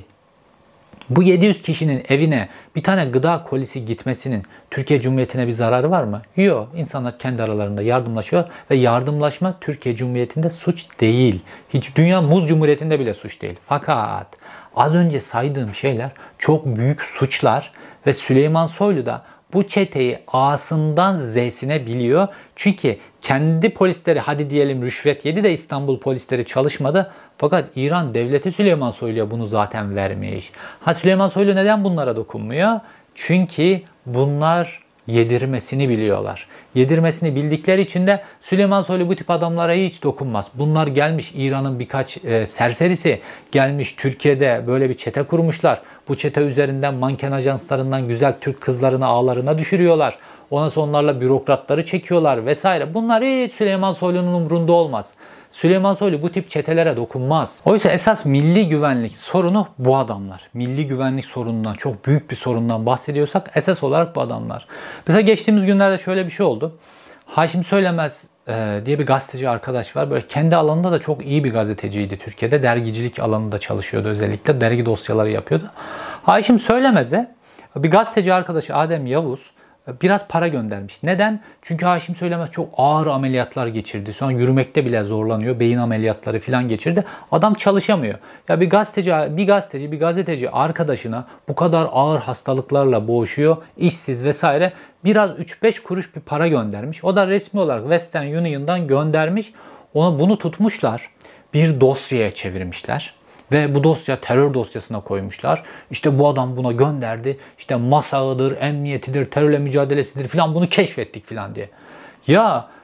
bu yedi yüz kişinin evine bir tane gıda kolisi gitmesinin Türkiye Cumhuriyeti'ne bir zararı var mı? Yok. İnsanlar kendi aralarında yardımlaşıyor ve yardımlaşma Türkiye Cumhuriyeti'nde suç değil. Hiç Dünya Muz Cumhuriyeti'nde bile suç değil. Fakat az önce saydığım şeyler çok büyük suçlar ve Süleyman Soylu da bu çeteyi A'sından Z'sine biliyor. Çünkü kendi polisleri hadi diyelim rüşvet yedi de İstanbul polisleri çalışmadı. Fakat İran devleti Süleyman Soylu'ya bunu zaten vermiş. Ha Süleyman Soylu neden bunlara dokunmuyor? Çünkü bunlar yedirmesini biliyorlar. Yedirmesini bildikleri için de Süleyman Soylu bu tip adamlara hiç dokunmaz. Bunlar gelmiş İran'ın birkaç e, serserisi gelmiş Türkiye'de böyle bir çete kurmuşlar. Bu çete üzerinden manken ajanslarından güzel Türk kızlarını ağlarına düşürüyorlar. Ondan sonra onlarla bürokratları çekiyorlar vesaire. Bunlar hiç Süleyman Soylu'nun umrunda olmaz. Süleyman Soylu bu tip çetelere dokunmaz. Oysa esas milli güvenlik sorunu bu adamlar. Milli güvenlik sorunundan, çok büyük bir sorundan bahsediyorsak esas olarak bu adamlar. Mesela geçtiğimiz günlerde şöyle bir şey oldu. Haşim Söylemez e, diye bir gazeteci arkadaş var. Böyle kendi alanında da çok iyi bir gazeteciydi Türkiye'de. Dergicilik alanında çalışıyordu özellikle. Dergi dosyaları yapıyordu. Haşim Söylemez'e bir gazeteci arkadaşı Adem Yavuz biraz para göndermiş. Neden? Çünkü Haşim Söylemez çok ağır ameliyatlar geçirdi. Sonra yürümekte bile zorlanıyor. Beyin ameliyatları falan geçirdi. Adam çalışamıyor. Ya bir gazeteci, bir gazeteci, bir gazeteci arkadaşına bu kadar ağır hastalıklarla boğuşuyor, işsiz vesaire. Biraz üç beş kuruş bir para göndermiş. O da resmi olarak Western Union'dan göndermiş. Ona bunu tutmuşlar. Bir dosyaya çevirmişler. Ve bu dosya terör dosyasına koymuşlar. İşte bu adam buna gönderdi. İşte MASA'ıdır, emniyetidir, terörle mücadelesidir filan bunu keşfettik filan diye. Ya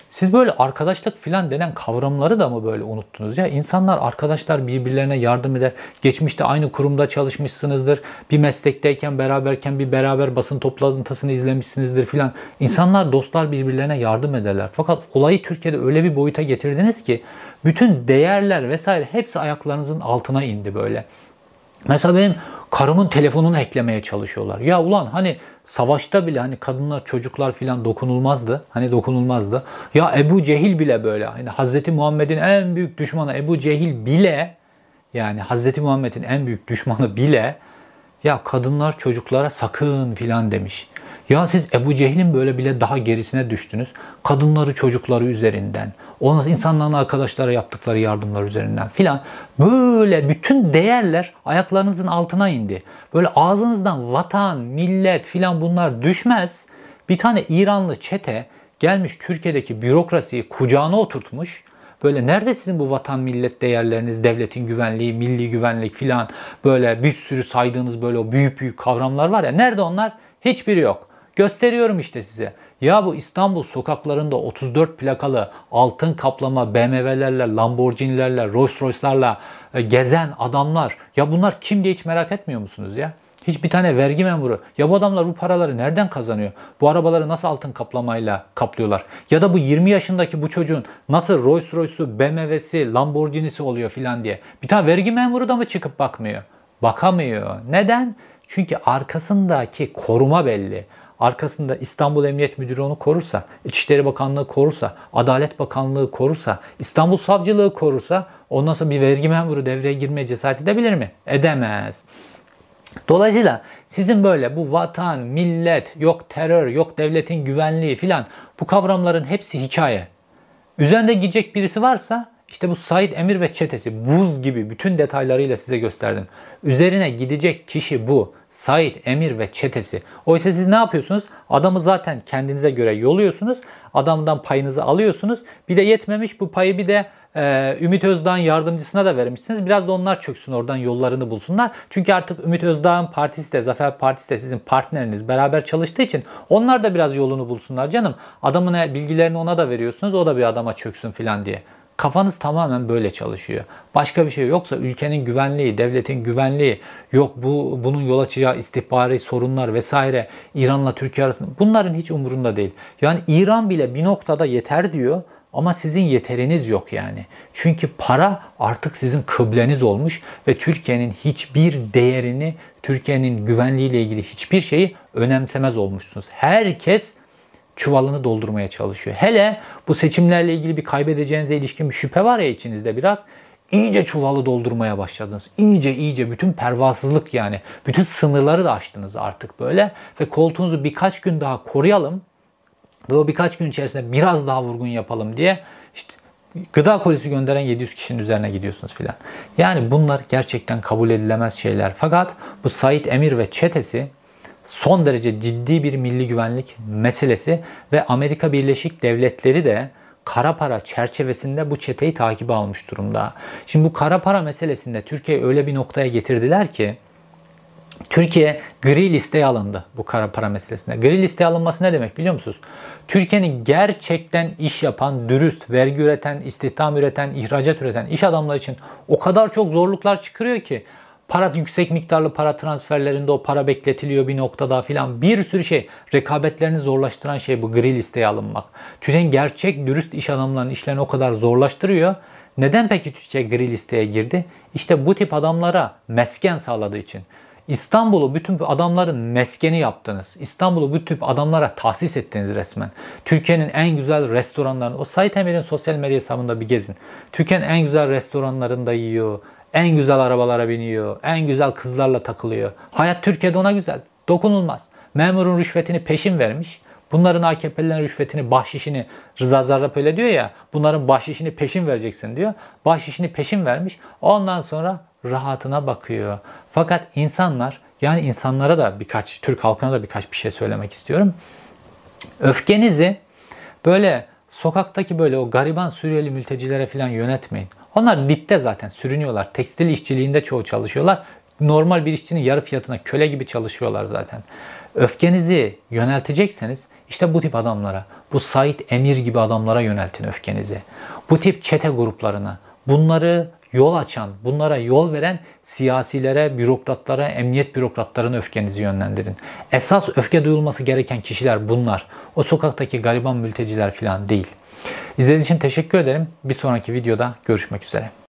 Siz böyle arkadaşlık filan denen kavramları da mı böyle unuttunuz ya? İnsanlar, arkadaşlar birbirlerine yardım eder. Geçmişte aynı kurumda çalışmışsınızdır. Bir meslekteyken beraberken bir beraber basın toplantısını izlemişsinizdir filan. İnsanlar, dostlar birbirlerine yardım ederler. Fakat olayı Türkiye'de öyle bir boyuta getirdiniz ki bütün değerler vesaire hepsi ayaklarınızın altına indi böyle. Mesela benim karımın telefonunu eklemeye çalışıyorlar. Ya ulan hani savaşta bile hani kadınlar, çocuklar filan dokunulmazdı. Hani dokunulmazdı. Ya Ebu Cehil bile böyle. Hani Hazreti Muhammed'in en büyük düşmanı Ebu Cehil bile, yani Hazreti Muhammed'in en büyük düşmanı bile ya kadınlar çocuklara sakın filan demiş. Ya siz Ebu Cehil'in böyle bile daha gerisine düştünüz. Kadınları çocukları üzerinden, ona insanların arkadaşlara yaptıkları yardımlar üzerinden filan böyle bütün değerler ayaklarınızın altına indi. Böyle ağzınızdan vatan, millet filan bunlar düşmez. Bir tane İranlı çete gelmiş Türkiye'deki bürokrasiyi kucağına oturtmuş. Böyle nerede sizin bu vatan millet değerleriniz, devletin güvenliği, milli güvenlik filan böyle bir sürü saydığınız böyle o büyük büyük kavramlar var ya, nerede onlar? Hiçbiri yok. Gösteriyorum işte size. Ya bu İstanbul sokaklarında otuz dört plakalı altın kaplama B M W'lerle, Lamborghini'lerle, Rolls Royce'larla gezen adamlar. Ya bunlar kim diye hiç merak etmiyor musunuz ya? Hiç bir tane vergi memuru. Ya bu adamlar bu paraları nereden kazanıyor? Bu arabaları nasıl altın kaplamayla kaplıyorlar? Ya da bu yirmi yaşındaki bu çocuğun nasıl Rolls Royce'u, B M W'si, Lamborghini'si oluyor filan diye. Bir tane vergi memuru da mı çıkıp bakmıyor? Bakamıyor. Neden? Çünkü arkasındaki koruma belli. Arkasında İstanbul Emniyet Müdürü onu korursa, İçişleri Bakanlığı korursa, Adalet Bakanlığı korursa, İstanbul Savcılığı korursa ondan sonra bir vergi memuru devreye girmeye cesaret edebilir mi? Edemez. Dolayısıyla sizin böyle bu vatan, millet, yok terör, yok devletin güvenliği filan bu kavramların hepsi hikaye. Üzerinde gidecek birisi varsa işte bu Said Emir ve çetesi, buz gibi bütün detaylarıyla size gösterdim. Üzerine gidecek kişi bu. Said Emir ve çetesi. Oysa siz ne yapıyorsunuz? Adamı zaten kendinize göre yoluyorsunuz. Adamdan payınızı alıyorsunuz. Bir de yetmemiş, bu payı bir de e, Ümit Özdağ'ın yardımcısına da vermişsiniz. Biraz da onlar çöksün, oradan yollarını bulsunlar. Çünkü artık Ümit Özdağ'ın partisi de, Zafer Partisi de sizin partneriniz, beraber çalıştığı için onlar da biraz yolunu bulsunlar canım. Adamın bilgilerini ona da veriyorsunuz. O da bir adama çöksün filan diye. Kafanız tamamen böyle çalışıyor. Başka bir şey yoksa ülkenin güvenliği, devletin güvenliği, yok bu bunun yol açacağı istihbari sorunlar vesaire, İran'la Türkiye arasında, bunların hiç umurunda değil. Yani İran bile bir noktada yeter diyor ama sizin yeteriniz yok yani. Çünkü para artık sizin kıbleniz olmuş ve Türkiye'nin hiçbir değerini, Türkiye'nin güvenliğiyle ilgili hiçbir şeyi önemsemez olmuşsunuz. Herkes çuvalını doldurmaya çalışıyor. Hele bu seçimlerle ilgili bir kaybedeceğinize ilişkin bir şüphe var ya içinizde biraz. İyice çuvalı doldurmaya başladınız. İyice iyice bütün pervasızlık yani. Bütün sınırları da aştınız artık böyle. Ve koltuğunuzu birkaç gün daha koruyalım. Ve o birkaç gün içerisinde biraz daha vurgun yapalım diye işte gıda kolisi gönderen yedi yüz kişinin üzerine gidiyorsunuz filan. Yani bunlar gerçekten kabul edilemez şeyler. Fakat bu Said Emir ve çetesi son derece ciddi bir milli güvenlik meselesi ve Amerika Birleşik Devletleri de kara para çerçevesinde bu çeteyi takibe almış durumda. Şimdi bu kara para meselesinde Türkiye'yi öyle bir noktaya getirdiler ki Türkiye gri listeye alındı bu kara para meselesinde. Gri listeye alınması ne demek biliyor musunuz? Türkiye'nin gerçekten iş yapan, dürüst, vergi üreten, istihdam üreten, ihracat üreten iş adamları için o kadar çok zorluklar çıkarıyor ki para, yüksek miktarlı para transferlerinde o para bekletiliyor bir noktada filan. Bir sürü şey. Rekabetlerini zorlaştıran şey bu gri listeye alınmak. Türkiye'nin gerçek dürüst iş adamlarının işlerini o kadar zorlaştırıyor. Neden peki Türkiye gri listeye girdi? İşte bu tip adamlara mesken sağladığı için. İstanbul'u bütün adamların meskeni yaptınız. İstanbul'u bu tip adamlara tahsis ettiniz resmen. Türkiye'nin en güzel restoranlarını, o Said Emir'in sosyal medya hesabında bir gezin. Türkiye'nin en güzel restoranlarında yiyor. En güzel arabalara biniyor. En güzel kızlarla takılıyor. Hayat Türkiye'de ona güzel. Dokunulmaz. Memurun rüşvetini peşin vermiş. Bunların A K P'lilerin rüşvetini, bahşişini, Rıza Zarrab öyle diyor ya, bunların bahşişini peşin vereceksin diyor. Bahşişini peşin vermiş. Ondan sonra rahatına bakıyor. Fakat insanlar, yani insanlara da birkaç, Türk halkına da birkaç bir şey söylemek istiyorum. Öfkenizi böyle sokaktaki böyle o gariban Suriyeli mültecilere falan yönetmeyin. Onlar dipte zaten sürünüyorlar. Tekstil işçiliğinde çoğu çalışıyorlar. Normal bir işçinin yarı fiyatına köle gibi çalışıyorlar zaten. Öfkenizi yöneltecekseniz işte bu tip adamlara, Bu Said Emir gibi adamlara yöneltin öfkenizi. Bu tip çete gruplarına, bunları yol açan, bunlara yol veren siyasilere, bürokratlara, emniyet bürokratlarına öfkenizi yönlendirin. Esas öfke duyulması gereken kişiler bunlar. O sokaktaki gariban mülteciler falan değil. İzlediğiniz için teşekkür ederim. Bir sonraki videoda görüşmek üzere.